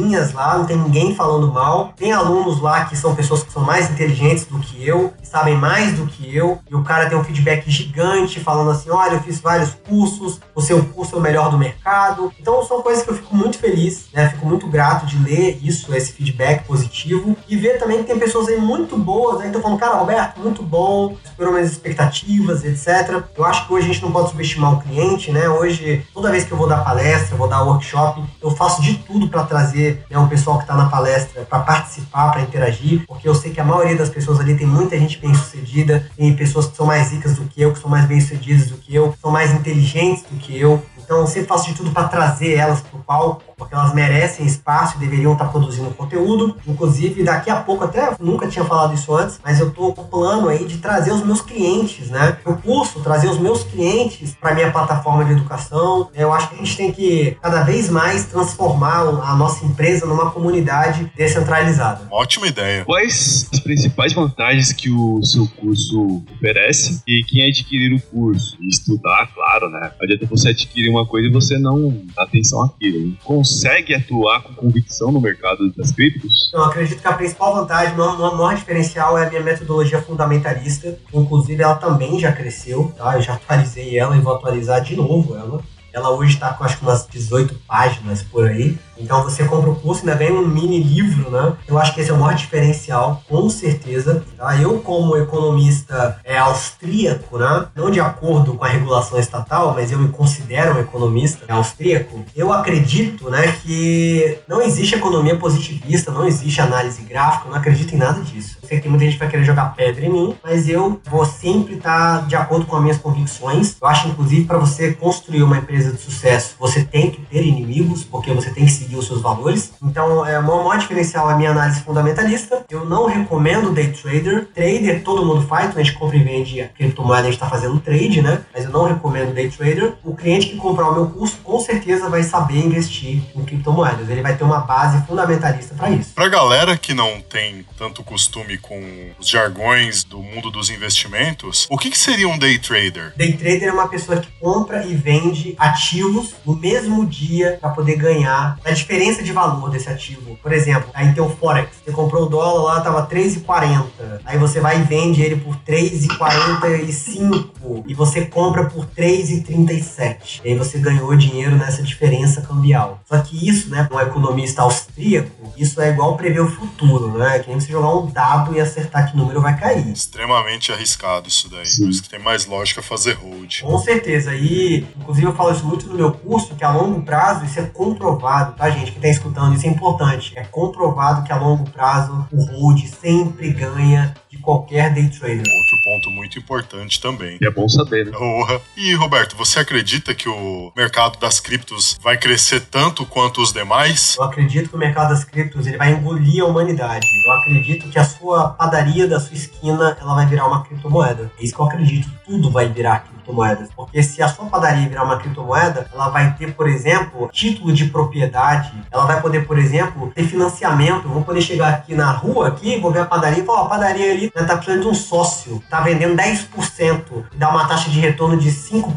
estrelinhas lá, não tem ninguém falando mal. Tem alunos lá que são pessoas que são mais inteligentes do que eu, que sabem mais do que eu, e o cara tem um feedback gigante falando assim, olha, eu fiz vários cursos, o seu curso é o melhor do mercado. Então são coisas que eu fico muito feliz, né? Fico muito grato de ler isso, esse feedback positivo, e ver também que tem pessoas aí muito boas, né? Então falando, cara, Roberto, muito bom, superou minhas expectativas, etc. Eu acho que hoje a gente não pode subestimar o cliente, né? Hoje, toda vez que eu vou dar palestra, vou dar workshop, eu faço de tudo para trazer, né, o pessoal que está na palestra para participar, para interagir, porque eu sei que a maioria das pessoas ali tem muita gente bem-sucedida, tem pessoas que são mais ricas do que eu, que são mais bem-sucedidas do que eu, que são mais inteligentes do que eu. Então eu sempre faço de tudo para trazer elas pro palco, porque elas merecem espaço e deveriam estar produzindo conteúdo. Inclusive, daqui a pouco, até nunca tinha falado isso antes, mas eu tô com plano aí de trazer os meus clientes, né? Eu curso, trazer os meus clientes para minha plataforma de educação. Eu acho que a gente tem que cada vez mais transformar a nossa empresa numa comunidade descentralizada. Ótima ideia. Quais as principais vantagens que o seu curso oferece e quem adquirir o curso e estudar, claro, né? Não adianta você adquirir uma coisa e você não dá atenção àquilo, né? Consegue atuar com convicção no mercado das criptos? Eu acredito que a principal vantagem, o maior diferencial é a minha metodologia fundamentalista. Inclusive, ela também já cresceu, tá? Eu já atualizei ela e vou atualizar de novo ela. Ela hoje está com acho que umas 18 páginas por aí. Então você compra o curso e ainda ganha um mini livro, né? Eu acho que esse é o maior diferencial, com certeza. Tá? Eu, como economista austríaco, né? Não de acordo com a regulação estatal, mas eu me considero um economista austríaco. Eu acredito, né, que não existe economia positivista, não existe análise gráfica, eu não acredito em nada disso. Eu sei que tem muita gente que vai querer jogar pedra em mim, mas eu vou sempre estar de acordo com as minhas convicções. Eu acho, inclusive, para você construir uma empresa de sucesso, você tem que ter inimigos, porque você tem que seguir os seus valores. Então, o maior diferencial é a minha análise fundamentalista. Eu não recomendo day trader. Trader, todo mundo faz, quando a gente compra e vende a criptomoeda, a gente está fazendo trade, né? Mas eu não recomendo day trader. O cliente que comprar o meu curso, com certeza vai saber investir em criptomoedas. Ele vai ter uma base fundamentalista para isso. Pra galera que não tem tanto costume com os jargões do mundo dos investimentos, o que seria um day trader? Day trader é uma pessoa que compra e vende ativos no mesmo dia para poder ganhar a diferença de valor desse ativo. Por exemplo, aí tem o Forex. Você comprou o dólar lá, tava 3,40. Aí você vai e vende ele por 3,45 e você compra por 3,37. E aí você ganhou dinheiro nessa diferença cambial. Só que isso, né, para um economista austríaco, isso é igual prever o futuro, né? Que nem você jogar um dado e acertar que número vai cair. Extremamente arriscado isso daí. Por isso que tem mais lógica fazer hold. Com certeza. E, inclusive, eu falo isso muito no meu curso, que a longo prazo isso é comprovado, tá, gente? Quem tá escutando, isso é importante. É comprovado que a longo prazo o hold sempre ganha de qualquer day trader. Outro ponto muito importante também. E é bom saber, né? Porra. E, Roberto, você acredita que o mercado das criptos vai crescer tanto quanto os demais? Eu acredito que o mercado das criptos ele vai engolir a humanidade. Eu acredito que a sua padaria da sua esquina ela vai virar uma criptomoeda. É isso que eu acredito. Tudo vai virar criptomoedas. Porque se a sua padaria virar uma criptomoeda, ela vai ter, por exemplo, título de propriedade. Ela vai poder, por exemplo, ter financiamento. Eu vou poder chegar aqui na rua, aqui, vou ver a padaria e falar, a padaria ali, né, tá precisando de um sócio. Tá vendendo 10% e dá uma taxa de retorno de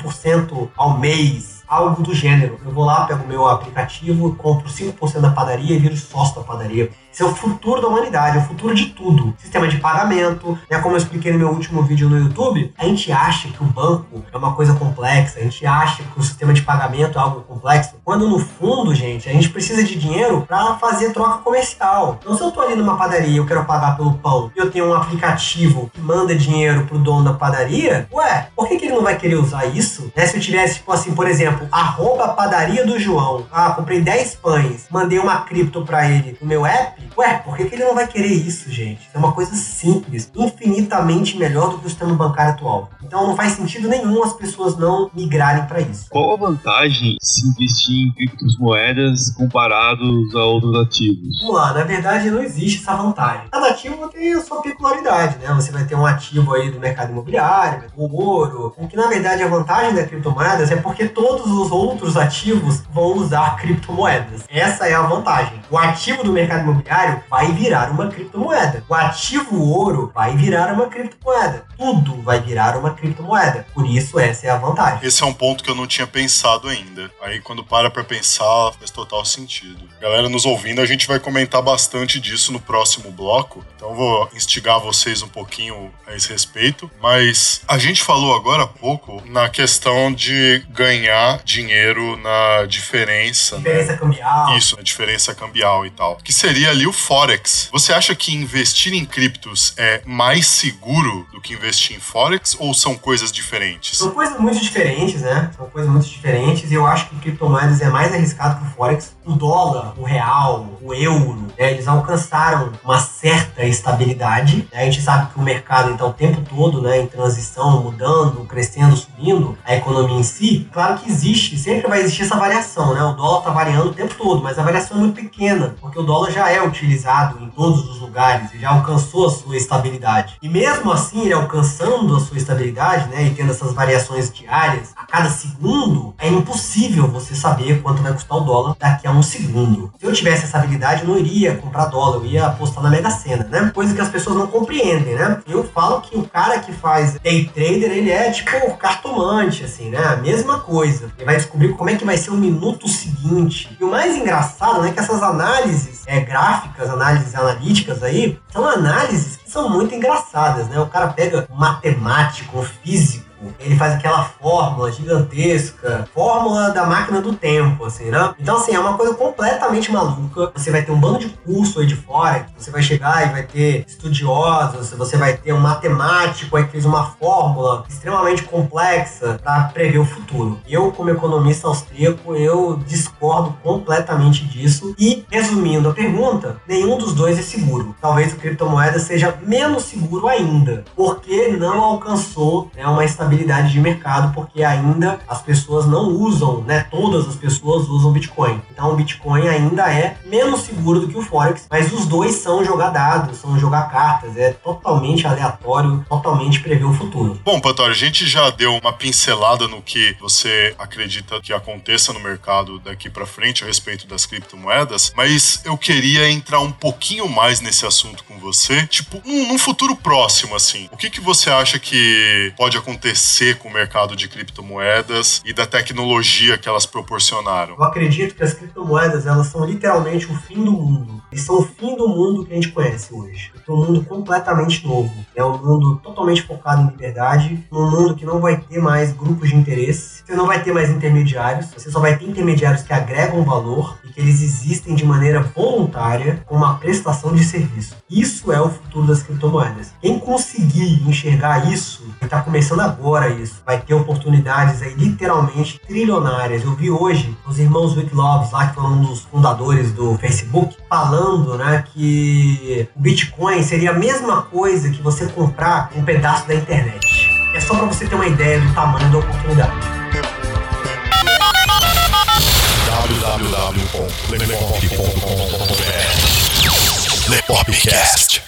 5% ao mês. Algo do gênero. Eu vou lá, pego o meu aplicativo, compro 5% da padaria e viro sócio da padaria. Esse é o futuro da humanidade, é o futuro de tudo. Sistema de pagamento, né? Como eu expliquei no meu último vídeo no YouTube, a gente acha que o banco é uma coisa complexa, a gente acha que o sistema de pagamento é algo complexo, quando no fundo, gente, a gente precisa de dinheiro para fazer troca comercial. Então, se eu tô ali numa padaria e eu quero pagar pelo pão e eu tenho um aplicativo que manda dinheiro pro dono da padaria, ué, por que ele não vai querer usar isso? Né? Se eu tivesse, tipo assim, por exemplo, @padaria do João, comprei 10 pães, mandei uma cripto para ele no meu app, ué, por que ele não vai querer isso, gente? É uma coisa simples, infinitamente melhor do que o sistema bancário atual. Então não faz sentido nenhum as pessoas não migrarem para isso. Qual a vantagem de se investir em criptomoedas comparados a outros ativos? Vamos lá, na verdade não existe essa vantagem. Cada ativo tem a sua peculiaridade, né? Você vai ter um ativo aí do mercado imobiliário, o ouro, o que na verdade a vantagem das criptomoedas é porque todos os outros ativos vão usar criptomoedas. Essa é a vantagem. O ativo do mercado imobiliário vai virar uma criptomoeda. O ativo ouro vai virar uma criptomoeda. Tudo vai virar uma criptomoeda. criptomoeda. Por isso, essa é a vantagem. Esse é um ponto que eu não tinha pensado ainda. Aí, quando para pra pensar, faz total sentido. Galera nos ouvindo, a gente vai comentar bastante disso no próximo bloco. Então, vou instigar vocês um pouquinho a esse respeito. Mas a gente falou agora há pouco na questão de ganhar dinheiro na diferença. Diferença cambial. Isso, na diferença cambial e tal. Que seria ali o Forex. Você acha que investir em criptos é mais seguro do que investir em Forex ou são coisas diferentes? São coisas muito diferentes, né? São coisas muito diferentes e eu acho que criptomoedas é mais arriscado que o Forex. O dólar, o real, o euro, né, eles alcançaram uma certa estabilidade. Né? A gente sabe que o mercado está o tempo todo, né, em transição, mudando, crescendo, subindo, a economia em si. Claro que existe, sempre vai existir essa variação, né? O dólar está variando o tempo todo, mas a variação é muito pequena, porque o dólar já é utilizado em todos os lugares e já alcançou a sua estabilidade. E mesmo assim, ele alcançando a sua estabilidade, né, e tendo essas variações diárias a cada segundo, é impossível você saber quanto vai custar o dólar daqui a um segundo. Se eu tivesse essa habilidade, eu não iria comprar dólar, eu ia apostar na Mega Sena, né? Coisa que as pessoas não compreendem, né? Eu falo que o cara que faz day trader, ele é tipo cartomante, assim, né? A mesma coisa. Ele vai descobrir como é que vai ser o minuto seguinte. E o mais engraçado, né, é que essas análises gráficas, análises analíticas aí, são análises que são muito engraçadas, né? O cara pega um matemático, um físico, ele faz aquela fórmula gigantesca, fórmula da máquina do tempo, assim, né? Então, assim, é uma coisa completamente maluca. Você vai ter um bando de curso aí de fora, você vai chegar e vai ter estudiosos, você vai ter um matemático aí que fez uma fórmula extremamente complexa para prever o futuro. Eu, como economista austríaco, eu discordo completamente disso. E, resumindo a pergunta, nenhum dos dois é seguro. Talvez o criptomoeda seja menos seguro ainda, porque não alcançou, né, uma estabilidade de mercado, porque ainda as pessoas não usam, né? Todas as pessoas usam Bitcoin. Então o Bitcoin ainda é menos seguro do que o Forex, mas os dois são jogar dados, são jogar cartas, é totalmente aleatório, totalmente prever o futuro. Bom, Pantoja, a gente já deu uma pincelada no que você acredita que aconteça no mercado daqui pra frente a respeito das criptomoedas, mas eu queria entrar um pouquinho mais nesse assunto com você, tipo, num futuro próximo, assim. O que você acha que pode acontecer com o mercado de criptomoedas e da tecnologia que elas proporcionaram? Eu acredito que as criptomoedas, elas são literalmente o fim do mundo. Eles são o fim do mundo que a gente conhece hoje. É um mundo completamente novo. É um mundo totalmente focado em liberdade, um mundo que não vai ter mais grupos de interesse, você não vai ter mais intermediários, você só vai ter intermediários que agregam valor e que eles existem de maneira voluntária com uma prestação de serviço. Isso é o futuro das criptomoedas. Quem conseguir enxergar isso, está começando agora isso, vai ter oportunidades aí literalmente trilionárias. Eu vi hoje os irmãos Winklevoss lá, que foram um dos fundadores do Facebook, falando, né, que o Bitcoin seria a mesma coisa que você comprar um pedaço da internet. É só para você ter uma ideia do tamanho da oportunidade. www.lepop.com.br Lepopcast.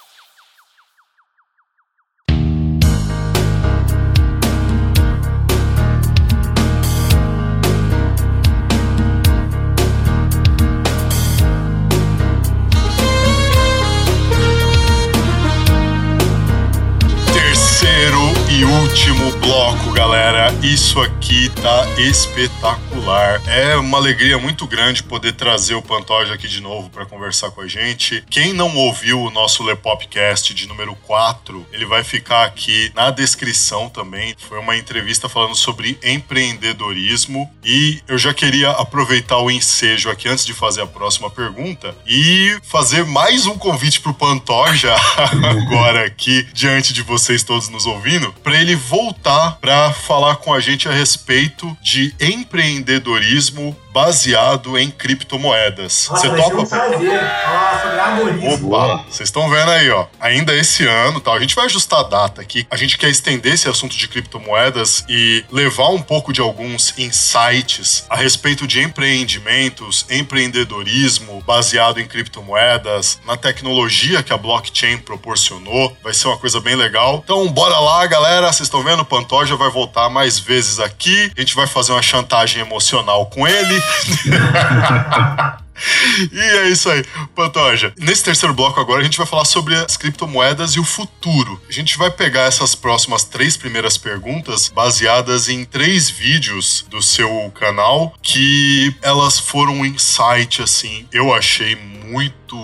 E último bloco, galera. Isso aqui tá espetacular. É uma alegria muito grande poder trazer o Pantoja aqui de novo para conversar com a gente. Quem não ouviu o nosso Lepopcast de número 4, ele vai ficar aqui na descrição também. Foi uma entrevista falando sobre empreendedorismo e eu já queria aproveitar o ensejo aqui antes de fazer a próxima pergunta e fazer mais um convite pro Pantoja agora aqui, diante de vocês todos nos ouvindo, para ele voltar para falar com a gente a respeito de empreendedorismo baseado em criptomoedas. Nossa, você topa? Falar sobre arborismo. Opa, vocês estão vendo aí, ó. Ainda esse ano, tá? A gente vai ajustar a data aqui. A gente quer estender esse assunto de criptomoedas e levar um pouco de alguns insights a respeito de empreendimentos, empreendedorismo baseado em criptomoedas, na tecnologia que a blockchain proporcionou. Vai ser uma coisa bem legal. Então, bora lá, galera. Vocês estão vendo? O Pantoja vai voltar mais vezes aqui. A gente vai fazer uma chantagem emocional com ele. E é isso aí, Pantoja. Nesse terceiro bloco agora a gente vai falar sobre as criptomoedas e o futuro. A gente vai pegar essas próximas 3 primeiras perguntas baseadas em 3 vídeos do seu canal que elas foram um insight, assim, eu achei muito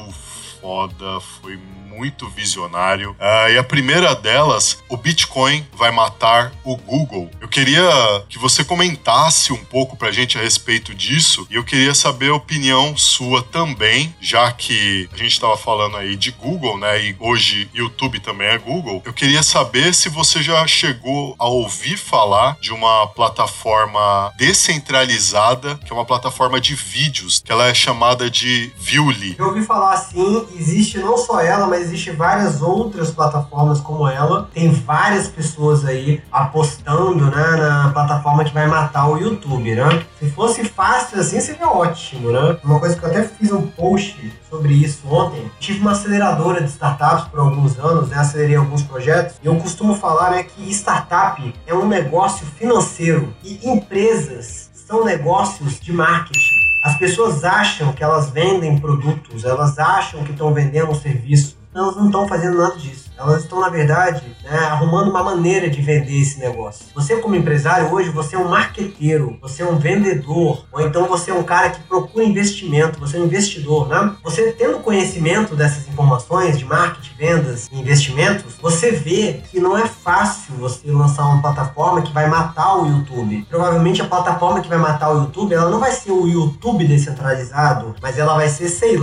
foda, foi muito visionário. E a primeira delas, o Bitcoin vai matar o Google. Eu queria que você comentasse um pouco pra gente a respeito disso, e eu queria saber a opinião sua também, já que a gente estava falando aí de Google, né, e hoje YouTube também é Google. Eu queria saber se você já chegou a ouvir falar de uma plataforma descentralizada, que é uma plataforma de vídeos, que ela é chamada de Viuli. Eu ouvi falar sim, existe não só ela, mas existe várias outras plataformas como ela. Tem várias pessoas aí apostando, né, na plataforma que vai matar o YouTube, né? Se fosse fácil assim, seria ótimo, né? Uma coisa que eu até fiz um post sobre isso ontem. Tive uma aceleradora de startups por alguns anos, né? Acelerei alguns projetos. E eu costumo falar, né, que startup é um negócio financeiro e empresas são negócios de marketing. As pessoas acham que elas vendem produtos, elas acham que estão vendendo um serviço. Elas não estão fazendo nada disso. Elas estão, na verdade, né, arrumando uma maneira de vender esse negócio. Você, como empresário, hoje, você é um marqueteiro, você é um vendedor, ou então você é um cara que procura investimento, você é um investidor, né? Você, tendo conhecimento dessas informações de marketing, vendas e investimentos, você vê que não é fácil você lançar uma plataforma que vai matar o YouTube. Provavelmente a plataforma que vai matar o YouTube, ela não vai ser o YouTube descentralizado, mas ela vai ser, sei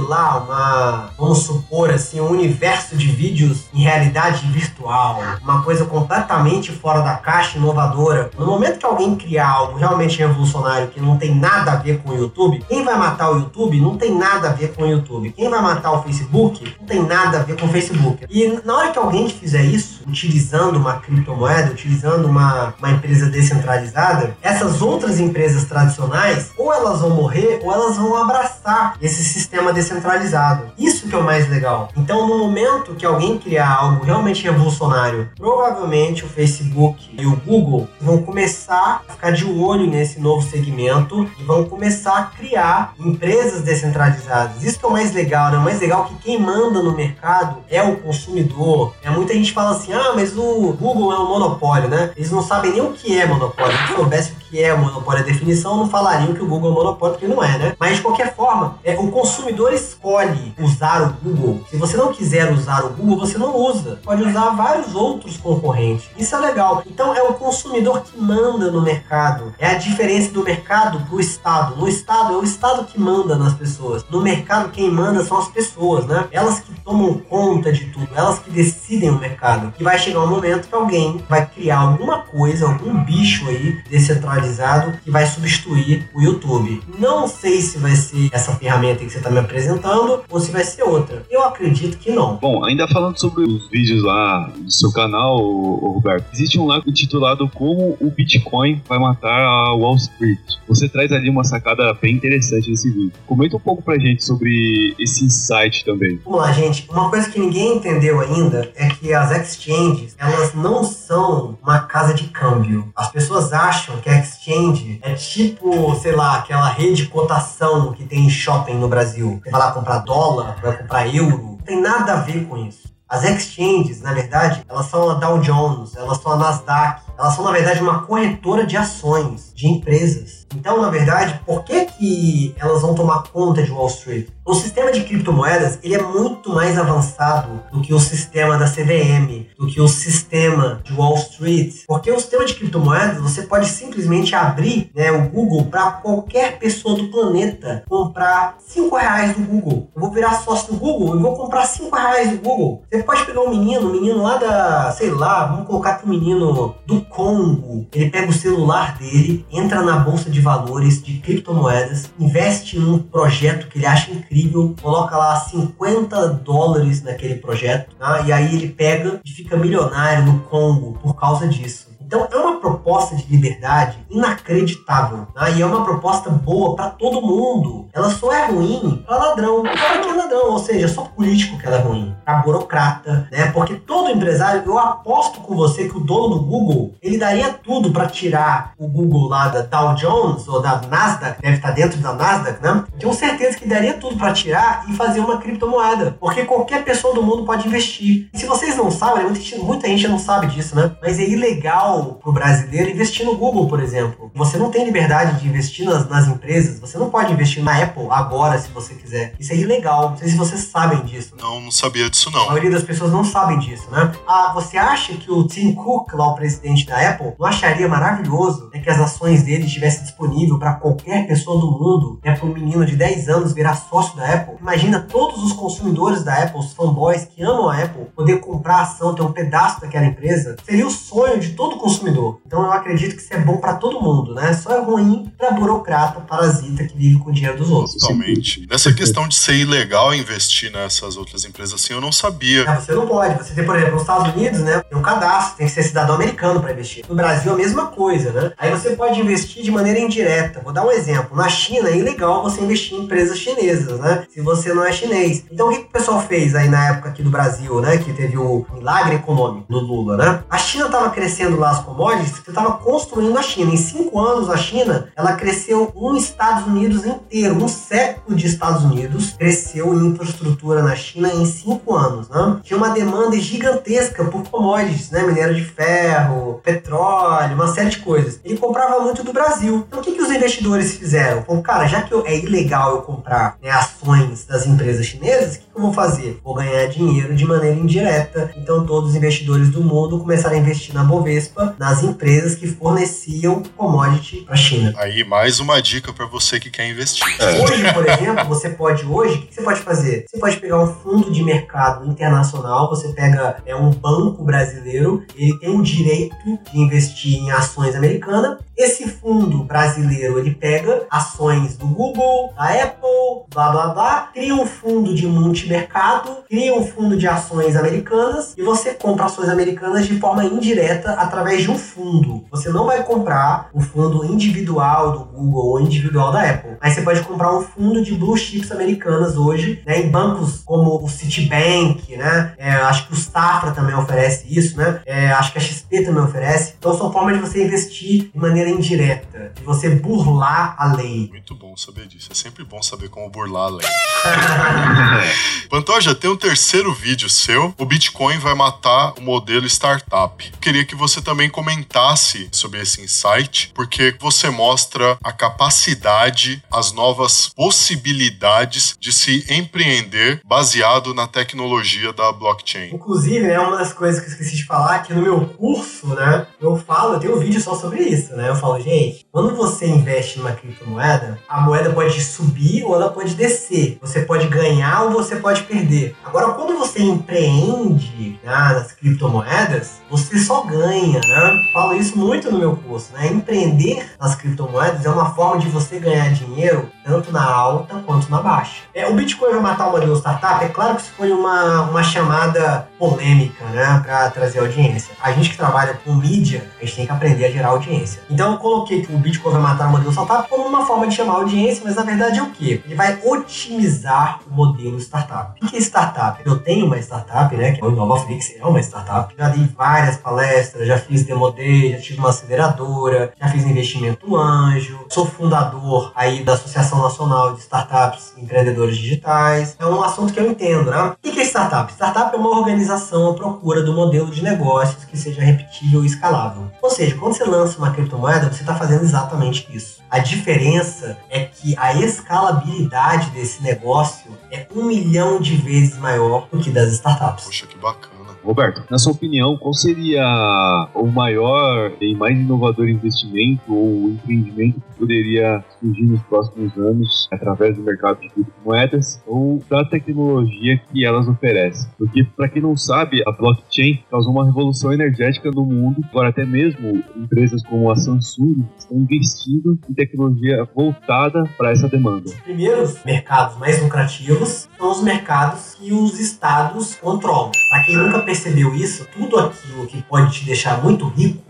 lá, vamos supor assim, um universo de vídeos em realidade virtual, uma coisa completamente fora da caixa, inovadora. No momento que alguém criar algo realmente revolucionário que não tem nada a ver com o YouTube, quem vai matar o YouTube não tem nada a ver com o YouTube. Quem vai matar o Facebook não tem nada a ver com o Facebook. E na hora que alguém fizer isso, utilizando uma criptomoeda, utilizando uma empresa descentralizada, essas outras empresas tradicionais, ou elas vão morrer, ou elas vão abraçar esse sistema descentralizado. Isso que é o mais legal. Então, no momento que alguém criar algo realmente revolucionário, provavelmente o Facebook e o Google vão começar a ficar de olho nesse novo segmento e vão começar a criar empresas descentralizadas. Isso que é o mais legal, né? O mais legal é que quem manda no mercado é o consumidor. Muita gente fala assim, mas o Google é um monopólio, né? Eles não sabem nem o que é monopólio. Se soubesse o que é monopólio, a definição, não falariam que o Google é um monopólio, porque não é, né? Mas, de qualquer forma, o consumidor escolhe usar o Google. Se você não quiser usar o Google, você não usa. Pode usar vários outros concorrentes. Isso é legal. Então, é o consumidor que manda no mercado. É a diferença do mercado pro Estado. No Estado, é o Estado que manda nas pessoas. No mercado, quem manda são as pessoas, né? Elas que tomam conta de tudo. Elas que decidem o mercado. E vai chegar um momento que alguém vai criar alguma coisa, algum bicho aí descentralizado que vai substituir o YouTube. Não sei se vai ser essa ferramenta que você está me apresentando ou se vai ser outra. Eu acredito que não. Bom, ainda falando sobre os vídeos lá do seu canal, Roberto, existe um lá intitulado Como o Bitcoin vai matar a Wall Street. Você traz ali uma sacada bem interessante nesse vídeo. Comenta um pouco pra gente sobre esse insight também. Vamos lá, gente. Uma coisa que ninguém entendeu ainda é que as exchanges, elas não são uma casa de câmbio. As pessoas acham que a exchange é tipo, sei lá, aquela rede de cotação que tem em shopping no Brasil. Você vai lá comprar dólar, vai comprar euro. Não tem nada a ver com isso. As exchanges, na verdade, elas são a Dow Jones, elas são a Nasdaq, elas são, na verdade, uma corretora de ações, de empresas. Então, na verdade, por que elas vão tomar conta de Wall Street? O sistema de criptomoedas, ele é muito mais avançado do que o sistema da CVM, do que o sistema de Wall Street. Porque o sistema de criptomoedas, você pode simplesmente abrir, né, o Google para qualquer pessoa do planeta comprar R$5 do Google. Eu vou virar sócio do Google e vou comprar R$5 do Google. Você pode pegar um menino lá da, sei lá, vamos colocar aqui um menino do Congo. Ele pega o celular dele, entra na bolsa de valores de criptomoedas, investe em um projeto que ele acha incrível, coloca lá $50 naquele projeto, tá? E aí ele pega e fica milionário no Congo por causa disso. O Então é uma proposta de liberdade inacreditável, né? E é uma proposta boa para todo mundo. Ela só é ruim para ladrão. Para quem é ladrão, ou seja, só político que ela é ruim. Para burocrata, né? Porque todo empresário, eu aposto com você que o dono do Google, ele daria tudo para tirar o Google lá da Dow Jones ou da Nasdaq, deve estar dentro da Nasdaq, né? Tenho certeza que daria tudo para tirar e fazer uma criptomoeda, porque qualquer pessoa do mundo pode investir. E se vocês não sabem, muita gente não sabe disso, né? Mas é ilegal pro brasileiro investir no Google, por exemplo. Você não tem liberdade de investir nas empresas, você não pode investir na Apple agora, se você quiser. Isso é ilegal. Não sei se vocês sabem disso. Não sabia disso não. A maioria das pessoas não sabem disso, né? Você acha que o Tim Cook, lá o presidente da Apple, não acharia maravilhoso, né, que as ações dele estivessem disponíveis para qualquer pessoa do mundo, né, para um menino de 10 anos virar sócio da Apple? Imagina todos os consumidores da Apple, os fanboys que amam a Apple, poder comprar a ação, ter um pedaço daquela empresa. Seria o sonho de todo consumidor. Então eu acredito que isso é bom para todo mundo, né? Só é ruim para burocrata, parasita que vive com o dinheiro dos outros. Totalmente. Nessa questão de ser ilegal investir nessas outras empresas assim, eu não sabia. Você não pode. Você tem, por exemplo, nos Estados Unidos, né? Tem um cadastro, tem que ser cidadão americano para investir. No Brasil, a mesma coisa, né? Aí você pode investir de maneira indireta. Vou dar um exemplo. Na China, é ilegal você investir em empresas chinesas, né? Se você não é chinês. Então, o que o pessoal fez aí na época aqui do Brasil, né? Que teve o milagre econômico do Lula, né? A China estava crescendo lá as commodities, você estava construindo a China. Em 5 anos, a China, ela cresceu Estados Unidos inteiro. Um século de Estados Unidos cresceu em infraestrutura na China em 5 anos, né? Tinha uma demanda gigantesca por commodities, né? Minério de ferro, petróleo, uma série de coisas. Ele comprava muito do Brasil. Então, o que os investidores fizeram? Bom, cara, já que é ilegal eu comprar, né, ações das empresas chinesas, o que eu vou fazer? Vou ganhar dinheiro de maneira indireta. Então, todos os investidores do mundo começaram a investir na Bovespa, nas empresas que forneciam commodity para a China. Aí, mais uma dica para você que quer investir. Hoje, por exemplo, o que você pode fazer? Você pode pegar um fundo de mercado internacional, você pega um banco brasileiro, ele tem o direito de investir em ações americanas. Esse fundo brasileiro, ele pega ações do Google, da Apple, blá blá blá, cria um fundo de multimercado, cria um fundo de ações americanas e você compra ações americanas de forma indireta através de um fundo. Você não vai comprar o fundo individual do Google ou individual da Apple. Aí você pode comprar um fundo de blue chips americanas hoje, né, em bancos como o Citibank, né? Acho que o Safra também oferece isso, né? Acho que a XP também oferece. Então são formas de você investir de maneira indireta, de você burlar a lei. Muito bom saber disso. É sempre bom saber como burlar a lei. Pantoja, tem um terceiro vídeo seu. O Bitcoin vai matar o modelo startup. Queria que você também comentasse sobre esse insight, porque você mostra a capacidade, as novas possibilidades de se empreender baseado na tecnologia da blockchain. Inclusive, né, uma das coisas que eu esqueci de falar, que no meu curso, né, eu tenho um vídeo só sobre isso, né? Eu falo, gente, quando você investe numa criptomoeda, a moeda pode subir ou ela pode descer. Você pode ganhar ou você pode perder. Agora, quando você empreende, né, nas criptomoedas, você só ganha, né? Falo isso muito no meu curso, né? Empreender nas criptomoedas é uma forma de você ganhar dinheiro tanto na alta quanto na baixa. O Bitcoin vai matar o modelo startup? É claro que isso foi uma chamada polêmica, né, para trazer audiência. A gente que trabalha com mídia, a gente tem que aprender a gerar audiência. Então eu coloquei que o Bitcoin vai matar o modelo startup como uma forma de chamar audiência, mas na verdade é o quê? Ele vai otimizar o modelo startup. O que é startup? Eu tenho uma startup, né, que é o InovaFlix, é uma startup. Já dei várias palestras, já fiz Demo Day, já tive uma aceleradora, já fiz investimento anjo, sou fundador aí da Associação Nacional de Startups e Empreendedores Digitais. É um assunto que eu entendo, né? O que é startup? Startup é uma organização à procura do modelo de negócios que seja repetível e escalável. Ou seja, quando você lança uma criptomoeda, você está fazendo exatamente isso. A diferença é que a escalabilidade desse negócio é 1 milhão de vezes maior do que das startups. Poxa, que bacana. Roberto, na sua opinião, qual seria o maior e mais inovador investimento ou empreendimento que poderia surgir nos próximos anos através do mercado de criptomoedas ou da tecnologia que elas oferecem? Porque, para quem não sabe, a blockchain causou uma revolução energética no mundo. Agora, até mesmo empresas como a Samsung estão investindo em tecnologia voltada para essa demanda. Os primeiros mercados mais lucrativos são os mercados que os estados controlam. Para quem nunca percebeu isso, tudo aquilo que pode te deixar muito rico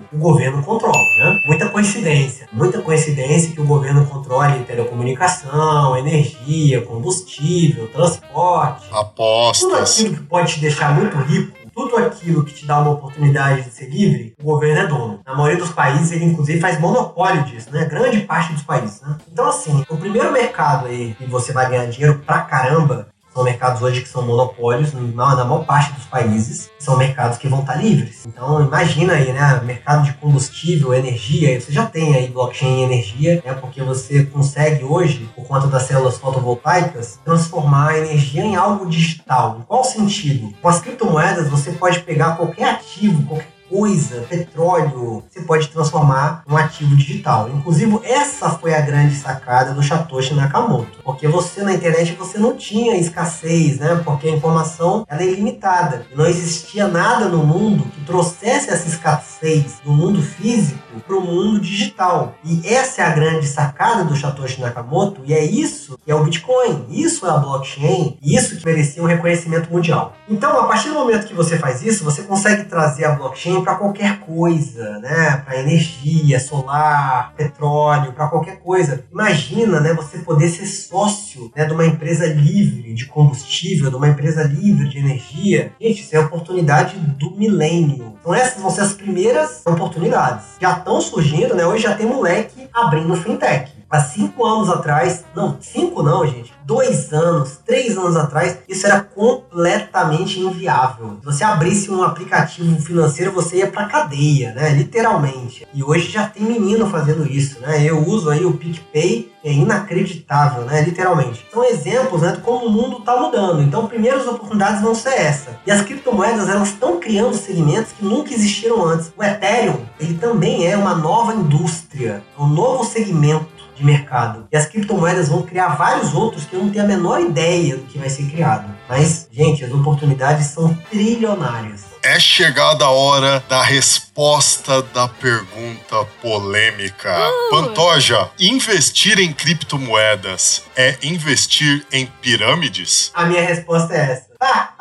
o governo controla, né? Muita coincidência que o governo controle telecomunicação, energia, combustível, transporte, apostas, tudo aquilo que pode te deixar muito rico, tudo aquilo que te dá uma oportunidade de ser livre, o governo é dono. Na maioria dos países, ele inclusive faz monopólio disso, né? Grande parte dos países, né? Então, assim, o primeiro mercado aí que você vai ganhar dinheiro pra caramba são mercados hoje que são monopólios na maior parte dos países, são mercados que vão estar livres. Então imagina aí, né, mercado de combustível, energia, você já tem aí blockchain e energia, né, porque você consegue hoje, por conta das células fotovoltaicas, transformar a energia em algo digital. Em qual sentido? Com as criptomoedas você pode pegar qualquer ativo, qualquer coisa, petróleo, você pode transformar em um ativo digital. Inclusive, essa foi a grande sacada do Satoshi Nakamoto. Porque você, na internet, você não tinha escassez, né? Porque a informação, ela é ilimitada. E não existia nada no mundo que trouxesse essa escassez do mundo físico para o mundo digital. E essa é a grande sacada do Satoshi Nakamoto, e é isso que é o Bitcoin, isso é a blockchain, isso que merecia um reconhecimento mundial. Então, a partir do momento que você faz isso, você consegue trazer a blockchain para qualquer coisa, né? Para energia, solar, petróleo, para qualquer coisa. Imagina, né, você poder ser sócio, né, de uma empresa livre de combustível, de uma empresa livre de energia. Gente, isso é a oportunidade do milênio. Então essas vão ser as primeiras oportunidades. Já estão surgindo, né? Hoje já tem moleque abrindo fintech. Há 5 anos atrás, não, 5 não, gente, 2 anos, 3 anos atrás, isso era completamente inviável. Se você abrisse um aplicativo financeiro, você ia pra cadeia, né, literalmente. E hoje já tem menino fazendo isso, né, eu uso aí o PicPay, é inacreditável, né, literalmente. São exemplos, né, de como o mundo tá mudando. Então, primeiras oportunidades vão ser essa. E as criptomoedas, elas estão criando segmentos que nunca existiram antes. O Ethereum, ele também é uma nova indústria, um novo segmento de mercado. E as criptomoedas vão criar vários outros que eu não tenho a menor ideia do que vai ser criado. Mas, gente, as oportunidades são trilionárias. É chegada a hora da resposta da pergunta polêmica. Pantoja, investir em criptomoedas é investir em pirâmides? A minha resposta é essa.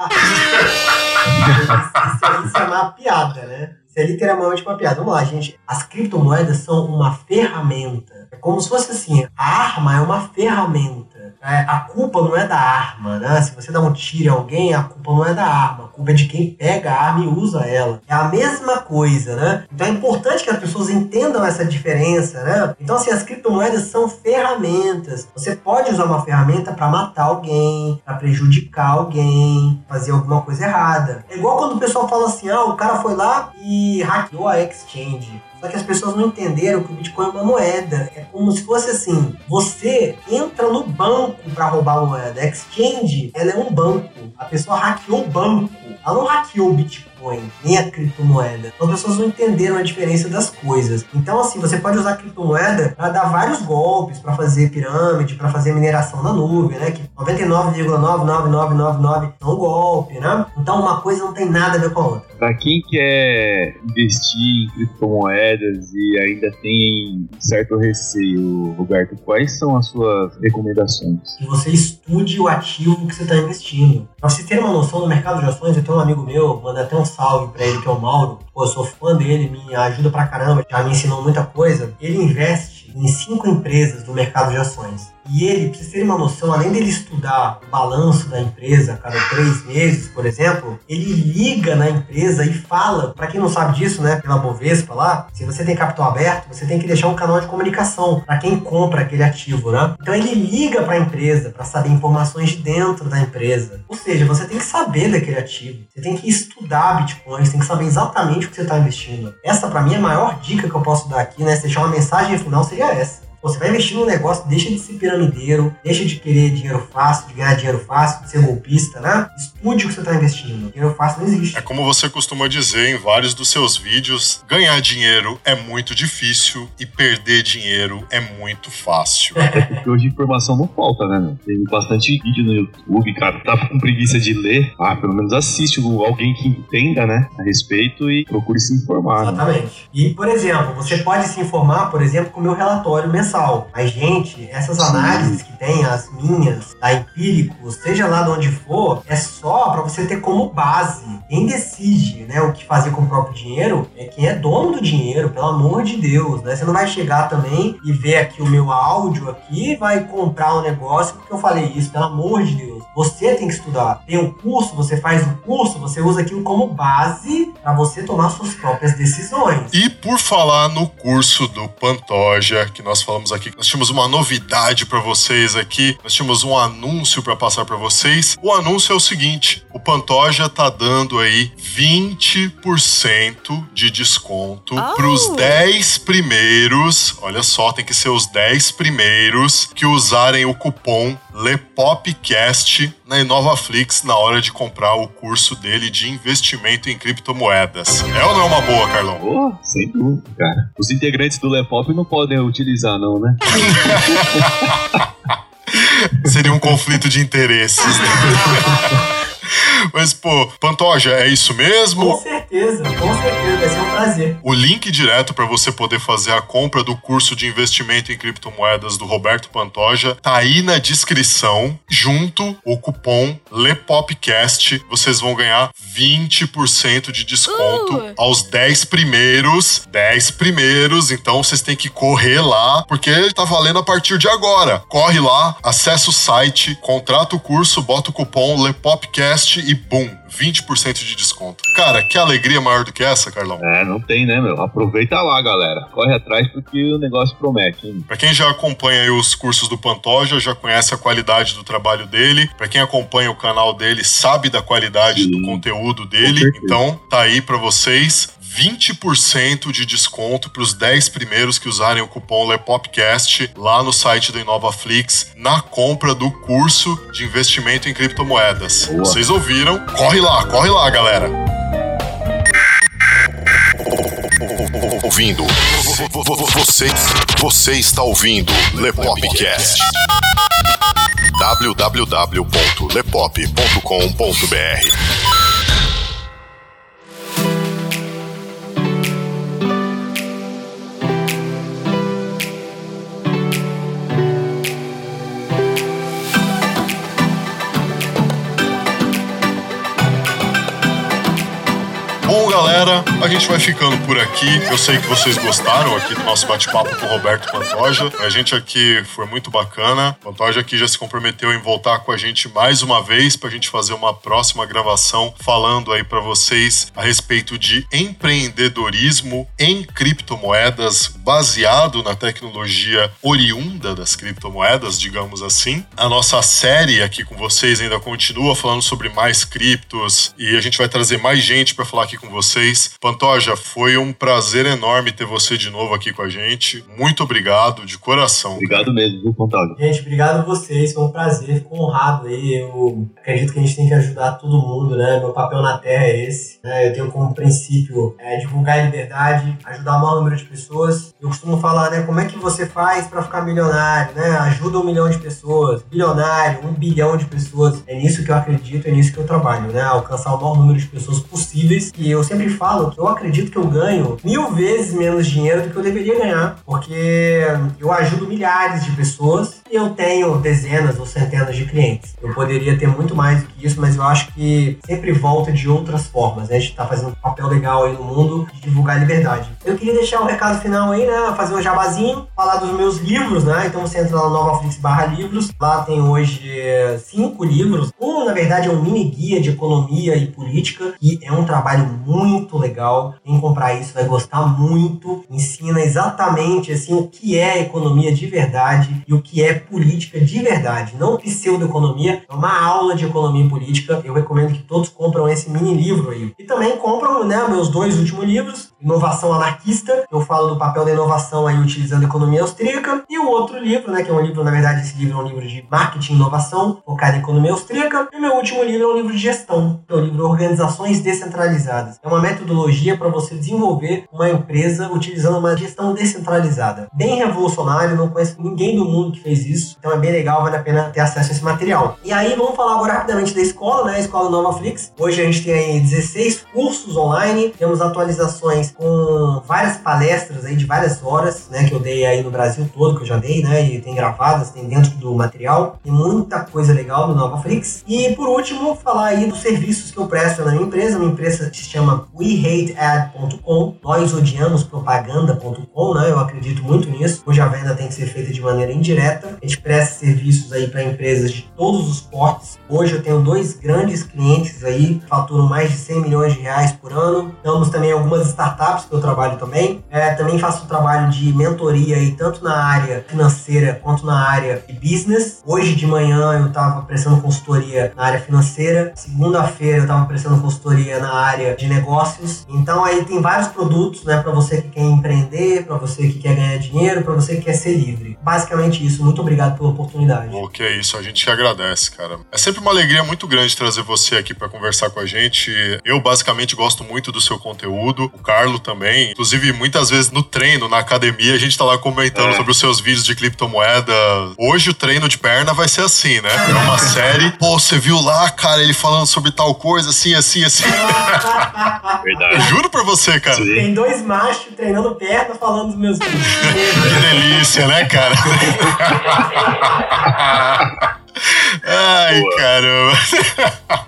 Isso é uma piada, né? Isso é literalmente uma piada. Vamos lá, gente. As criptomoedas são uma ferramenta. É como se fosse assim, a arma é uma ferramenta. A culpa não é da arma, né? Se você dá um tiro em alguém, a culpa não é da arma. A culpa é de quem pega a arma e usa ela. É a mesma coisa, né? Então é importante que as pessoas entendam essa diferença, né? Então, assim, as criptomoedas são ferramentas. Você pode usar uma ferramenta para matar alguém, para prejudicar alguém, fazer alguma coisa errada. É igual quando o pessoal fala assim, o cara foi lá e hackeou a exchange. Só que as pessoas não entenderam que o Bitcoin é uma moeda. É como se fosse assim, você entra no banco para roubar a moeda. A exchange, ela é um banco. A pessoa hackeou o banco. Ela não hackeou o Bitcoin, nem a criptomoeda. Então, as pessoas não entenderam a diferença das coisas. Então, assim, você pode usar a criptomoeda para dar vários golpes, para fazer pirâmide, para fazer mineração na nuvem, né? Que 99,99999 são golpe, né? Então, uma coisa não tem nada a ver com a outra. Para quem quer investir em criptomoedas e ainda tem certo receio, Roberto, quais são as suas recomendações? Que você estude o ativo que você está investindo. Para você ter uma noção do mercado de ações, eu tenho um amigo meu, manda até um salve para ele, que é o Mauro. Pô, eu sou fã dele, me ajuda pra caramba, já me ensinou muita coisa. Ele investe em 5 empresas do mercado de ações. E ele, pra vocês terem uma noção, além dele estudar o balanço da empresa a cada 3 meses, por exemplo, ele liga na empresa e fala, pra quem não sabe disso, né, pela Bovespa lá, se você tem capital aberto, você tem que deixar um canal de comunicação pra quem compra aquele ativo, né? Então ele liga pra empresa pra saber informações de dentro da empresa. Ou seja, você tem que saber daquele ativo, você tem que estudar Bitcoin, você tem que saber exatamente o que você está investindo. Essa, pra mim, é a maior dica que eu posso dar aqui, né? Se deixar uma mensagem final, seria essa. Você vai investir num negócio, deixa de ser piramideiro, deixa de querer dinheiro fácil, de ganhar dinheiro fácil, de ser golpista, né? Estude o que você está investindo. Dinheiro fácil não existe. É como você costuma dizer em vários dos seus vídeos, ganhar dinheiro é muito difícil e perder dinheiro é muito fácil. Porque hoje informação não falta, né? Tem bastante vídeo no YouTube, cara. Tá com preguiça de ler? Pelo menos assiste alguém que entenda, né, a respeito e procure se informar. Exatamente. Né? E, por exemplo, você pode se informar, por exemplo, com o meu relatório mensal. mensal. Mas, gente, essas análises que tem, as minhas, da Empíricos, seja lá de onde for, é só para você ter como base. Quem decide, né, o que fazer com o próprio dinheiro é quem é dono do dinheiro, pelo amor de Deus, né? Você não vai chegar também e ver aqui o meu áudio aqui e vai comprar um negócio porque eu falei isso, pelo amor de Deus. Você tem que estudar. Tem um curso, você faz o curso, você usa aquilo como base para você tomar suas próprias decisões. E por falar no curso do Pantoja, que nós falamos aqui, nós tínhamos uma novidade para vocês aqui, nós tínhamos um anúncio para passar para vocês. O anúncio é o seguinte: o Pantoja tá dando aí 20% de desconto pros 10 primeiros, olha só, tem que ser os 10 primeiros que usarem o cupom LEPOPCAST na Inovaflix na hora de comprar o curso dele de investimento em criptomoedas. É ou não é uma boa, Carlão? Oh, sem dúvida, cara. Os integrantes do Lepop não podem utilizar, não, né? Seria um conflito de interesses, né? Mas, pô, Pantoja, é isso mesmo? Com certeza, vai ser um prazer. O link direto para você poder fazer a compra do curso de investimento em criptomoedas do Roberto Pantoja tá aí na descrição, junto o cupom LEPOPCAST. Vocês vão ganhar 20% de desconto aos 10 primeiros. 10 primeiros, então vocês têm que correr lá, porque tá valendo a partir de agora. Corre lá, acessa o site, contrata o curso, bota o cupom LEPOPCAST e bum, 20% de desconto. Cara, que alegria maior do que essa, Carlão? É, não tem, né, meu? Aproveita lá, galera. Corre atrás porque o negócio promete, hein? Pra quem já acompanha aí os cursos do Pantoja, já conhece a qualidade do trabalho dele. Pra quem acompanha o canal dele, sabe da qualidade do conteúdo dele. Então, tá aí pra vocês. 20% de desconto para os 10 primeiros que usarem o cupom LEPOPCAST lá no site da Inovaflix na compra do curso de investimento em criptomoedas. Boa. Vocês ouviram? Corre lá, galera! Ouvindo. Você está ouvindo LEPOPCAST. www.lepop.com.br. Bom, galera, a gente vai ficando por aqui. Eu sei que vocês gostaram aqui do nosso bate-papo com o Roberto Pantoja. A gente aqui foi muito bacana. O Pantoja aqui já se comprometeu em voltar com a gente mais uma vez pra gente fazer uma próxima gravação falando aí pra vocês a respeito de empreendedorismo em criptomoedas baseado na tecnologia oriunda das criptomoedas, digamos assim. A nossa série aqui com vocês ainda continua falando sobre mais criptos e a gente vai trazer mais gente pra falar aqui com vocês. Pantoja, foi um prazer enorme ter você de novo aqui com a gente. Muito obrigado, de coração. Obrigado mesmo, viu, Pantoja? Gente, obrigado a vocês, foi um prazer, fico honrado aí. Eu acredito que a gente tem que ajudar todo mundo, né? Meu papel na Terra é esse, né? Eu tenho como princípio divulgar a liberdade, ajudar o maior número de pessoas. Eu costumo falar, né? Como é que você faz pra ficar milionário, né? Ajuda 1 milhão de pessoas, bilionário, 1 bilhão de pessoas. É nisso que eu acredito, é nisso que eu trabalho, né? Alcançar o maior número de pessoas possíveis. E eu sempre falo que eu acredito que eu ganho 1000 vezes menos dinheiro do que eu deveria ganhar, porque eu ajudo milhares de pessoas e eu tenho dezenas ou centenas de clientes. Eu poderia ter muito mais do que isso, mas eu acho que sempre volta de outras formas, né? A gente tá fazendo um papel legal aí no mundo de divulgar a liberdade. Eu queria deixar um recado final aí, né? Fazer um jabazinho, falar dos meus livros, né? Então você entra lá no Novaflix/livros, lá tem hoje 5 livros. Um, na verdade, é um mini guia de economia e política, que é um trabalho muito legal. Quem comprar isso vai gostar muito. Ensina exatamente assim o que é economia de verdade e o que é política de verdade, não pseudoeconomia. É uma aula de economia e política. Eu recomendo que todos compram esse mini livro aí. E também compram, né, meus 2 últimos livros, Inovação Anarquista. Eu falo do papel da inovação aí utilizando a economia austríaca. E o outro livro, né, que é um livro, na verdade, esse livro é um livro de marketing e inovação, focado em economia austríaca. E o meu último livro é um livro de gestão, que é o livro Organizações Descentralizadas. É uma metodologia para você desenvolver uma empresa utilizando uma gestão descentralizada. Bem revolucionário, não conheço ninguém do mundo que fez isso. Então é bem legal, vale a pena ter acesso a esse material. E aí vamos falar agora rapidamente da escola, né? A Escola NovaFlix. Hoje a gente tem aí 16 cursos online, temos atualizações com várias palestras aí de várias horas, né? Que eu dei aí no Brasil todo, que eu já dei, né? E tem gravadas, tem dentro do material. Tem muita coisa legal do NovaFlix. E por último, falar aí dos serviços que eu presto na minha empresa. Minha empresa se chama WeHateAd.com. Nós odiamos propaganda.com, né? Eu acredito muito nisso. Hoje a venda tem que ser feita de maneira indireta. A gente presta serviços aí para empresas de todos os portes. Hoje eu tenho 2 grandes clientes aí que faturam mais de 100 milhões de reais por ano. Temos também algumas startups que eu trabalho também. Também faço trabalho de mentoria aí, tanto na área financeira quanto na área de business. Hoje de manhã eu estava prestando consultoria na área financeira. Segunda-feira eu estava prestando consultoria na área de negócios. Então aí tem vários produtos, né, para você que quer empreender, para você que quer ganhar dinheiro, para você que quer ser livre. Basicamente isso. Muito obrigado pela oportunidade. O que é isso, a gente te agradece, cara. É sempre uma alegria muito grande trazer você aqui para conversar com a gente. Eu basicamente gosto muito do seu conteúdo, o Carlo também. Inclusive, muitas vezes no treino, na academia, a gente tá lá comentando sobre os seus vídeos de criptomoeda. Hoje o treino de perna vai ser assim, né? É uma série. Pô, você viu lá, cara, ele falando sobre tal coisa, assim. Verdade. Eu juro pra você, cara. Sim. Tem 2 machos treinando perna falando dos meus vídeos. Que delícia, né, cara? Ai, caramba.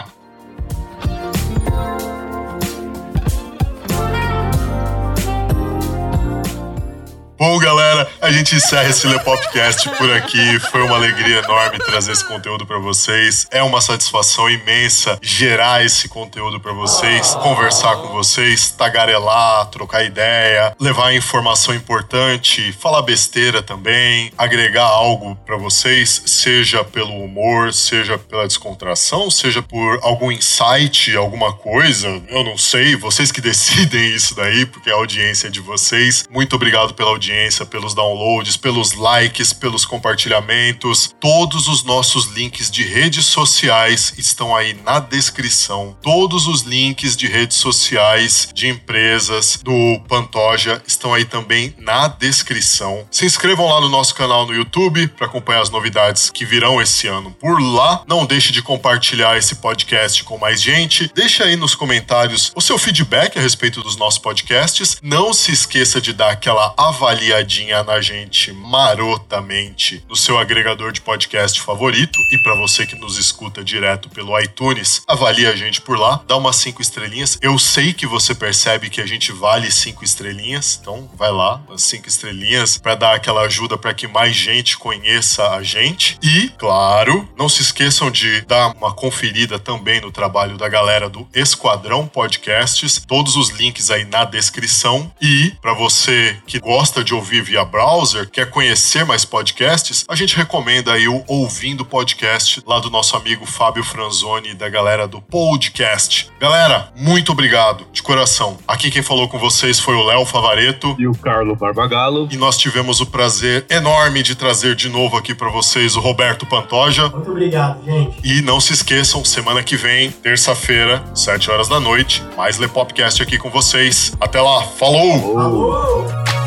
Bom, galera, a gente encerra esse Lepopcast por aqui. Foi uma alegria enorme trazer esse conteúdo pra vocês. É uma satisfação imensa gerar esse conteúdo pra vocês, conversar com vocês, tagarelar, trocar ideia, levar informação importante, falar besteira também, agregar algo pra vocês, seja pelo humor, seja pela descontração, seja por algum insight, alguma coisa. Eu não sei, vocês que decidem isso daí, porque é a audiência de vocês. Muito obrigado pela audiência, pelos downloads, pelos likes, pelos compartilhamentos. Todos os nossos links de redes sociais estão aí na descrição. Todos os links de redes sociais de empresas do Pantoja estão aí também na descrição. Se inscrevam lá no nosso canal no YouTube para acompanhar as novidades que virão esse ano por lá. Não deixe de compartilhar esse podcast com mais gente. Deixa aí nos comentários o seu feedback a respeito dos nossos podcasts. Não se esqueça de dar aquela avaliação na gente marotamente no seu agregador de podcast favorito, e para você que nos escuta direto pelo iTunes, avalie a gente por lá, dá umas 5 estrelinhas. Eu sei que você percebe que a gente vale 5 estrelinhas, então vai lá, as 5 estrelinhas para dar aquela ajuda para que mais gente conheça a gente. E, claro, não se esqueçam de dar uma conferida também no trabalho da galera do Esquadrão Podcasts, todos os links aí na descrição. E para você que gosta de ouvir via browser, quer conhecer mais podcasts, a gente recomenda aí o Ouvindo Podcast, lá do nosso amigo Fábio Franzoni, da galera do Podcast. Galera, muito obrigado, de coração. Aqui quem falou com vocês foi o Léo Favaretto E o Carlo Barbagallo. e nós tivemos o prazer enorme de trazer de novo aqui pra vocês o Roberto Pantoja. Muito obrigado, gente. E não se esqueçam, semana que vem, terça-feira, 7 horas da noite, mais Lepopcast aqui com vocês. Até lá, falou! Alô!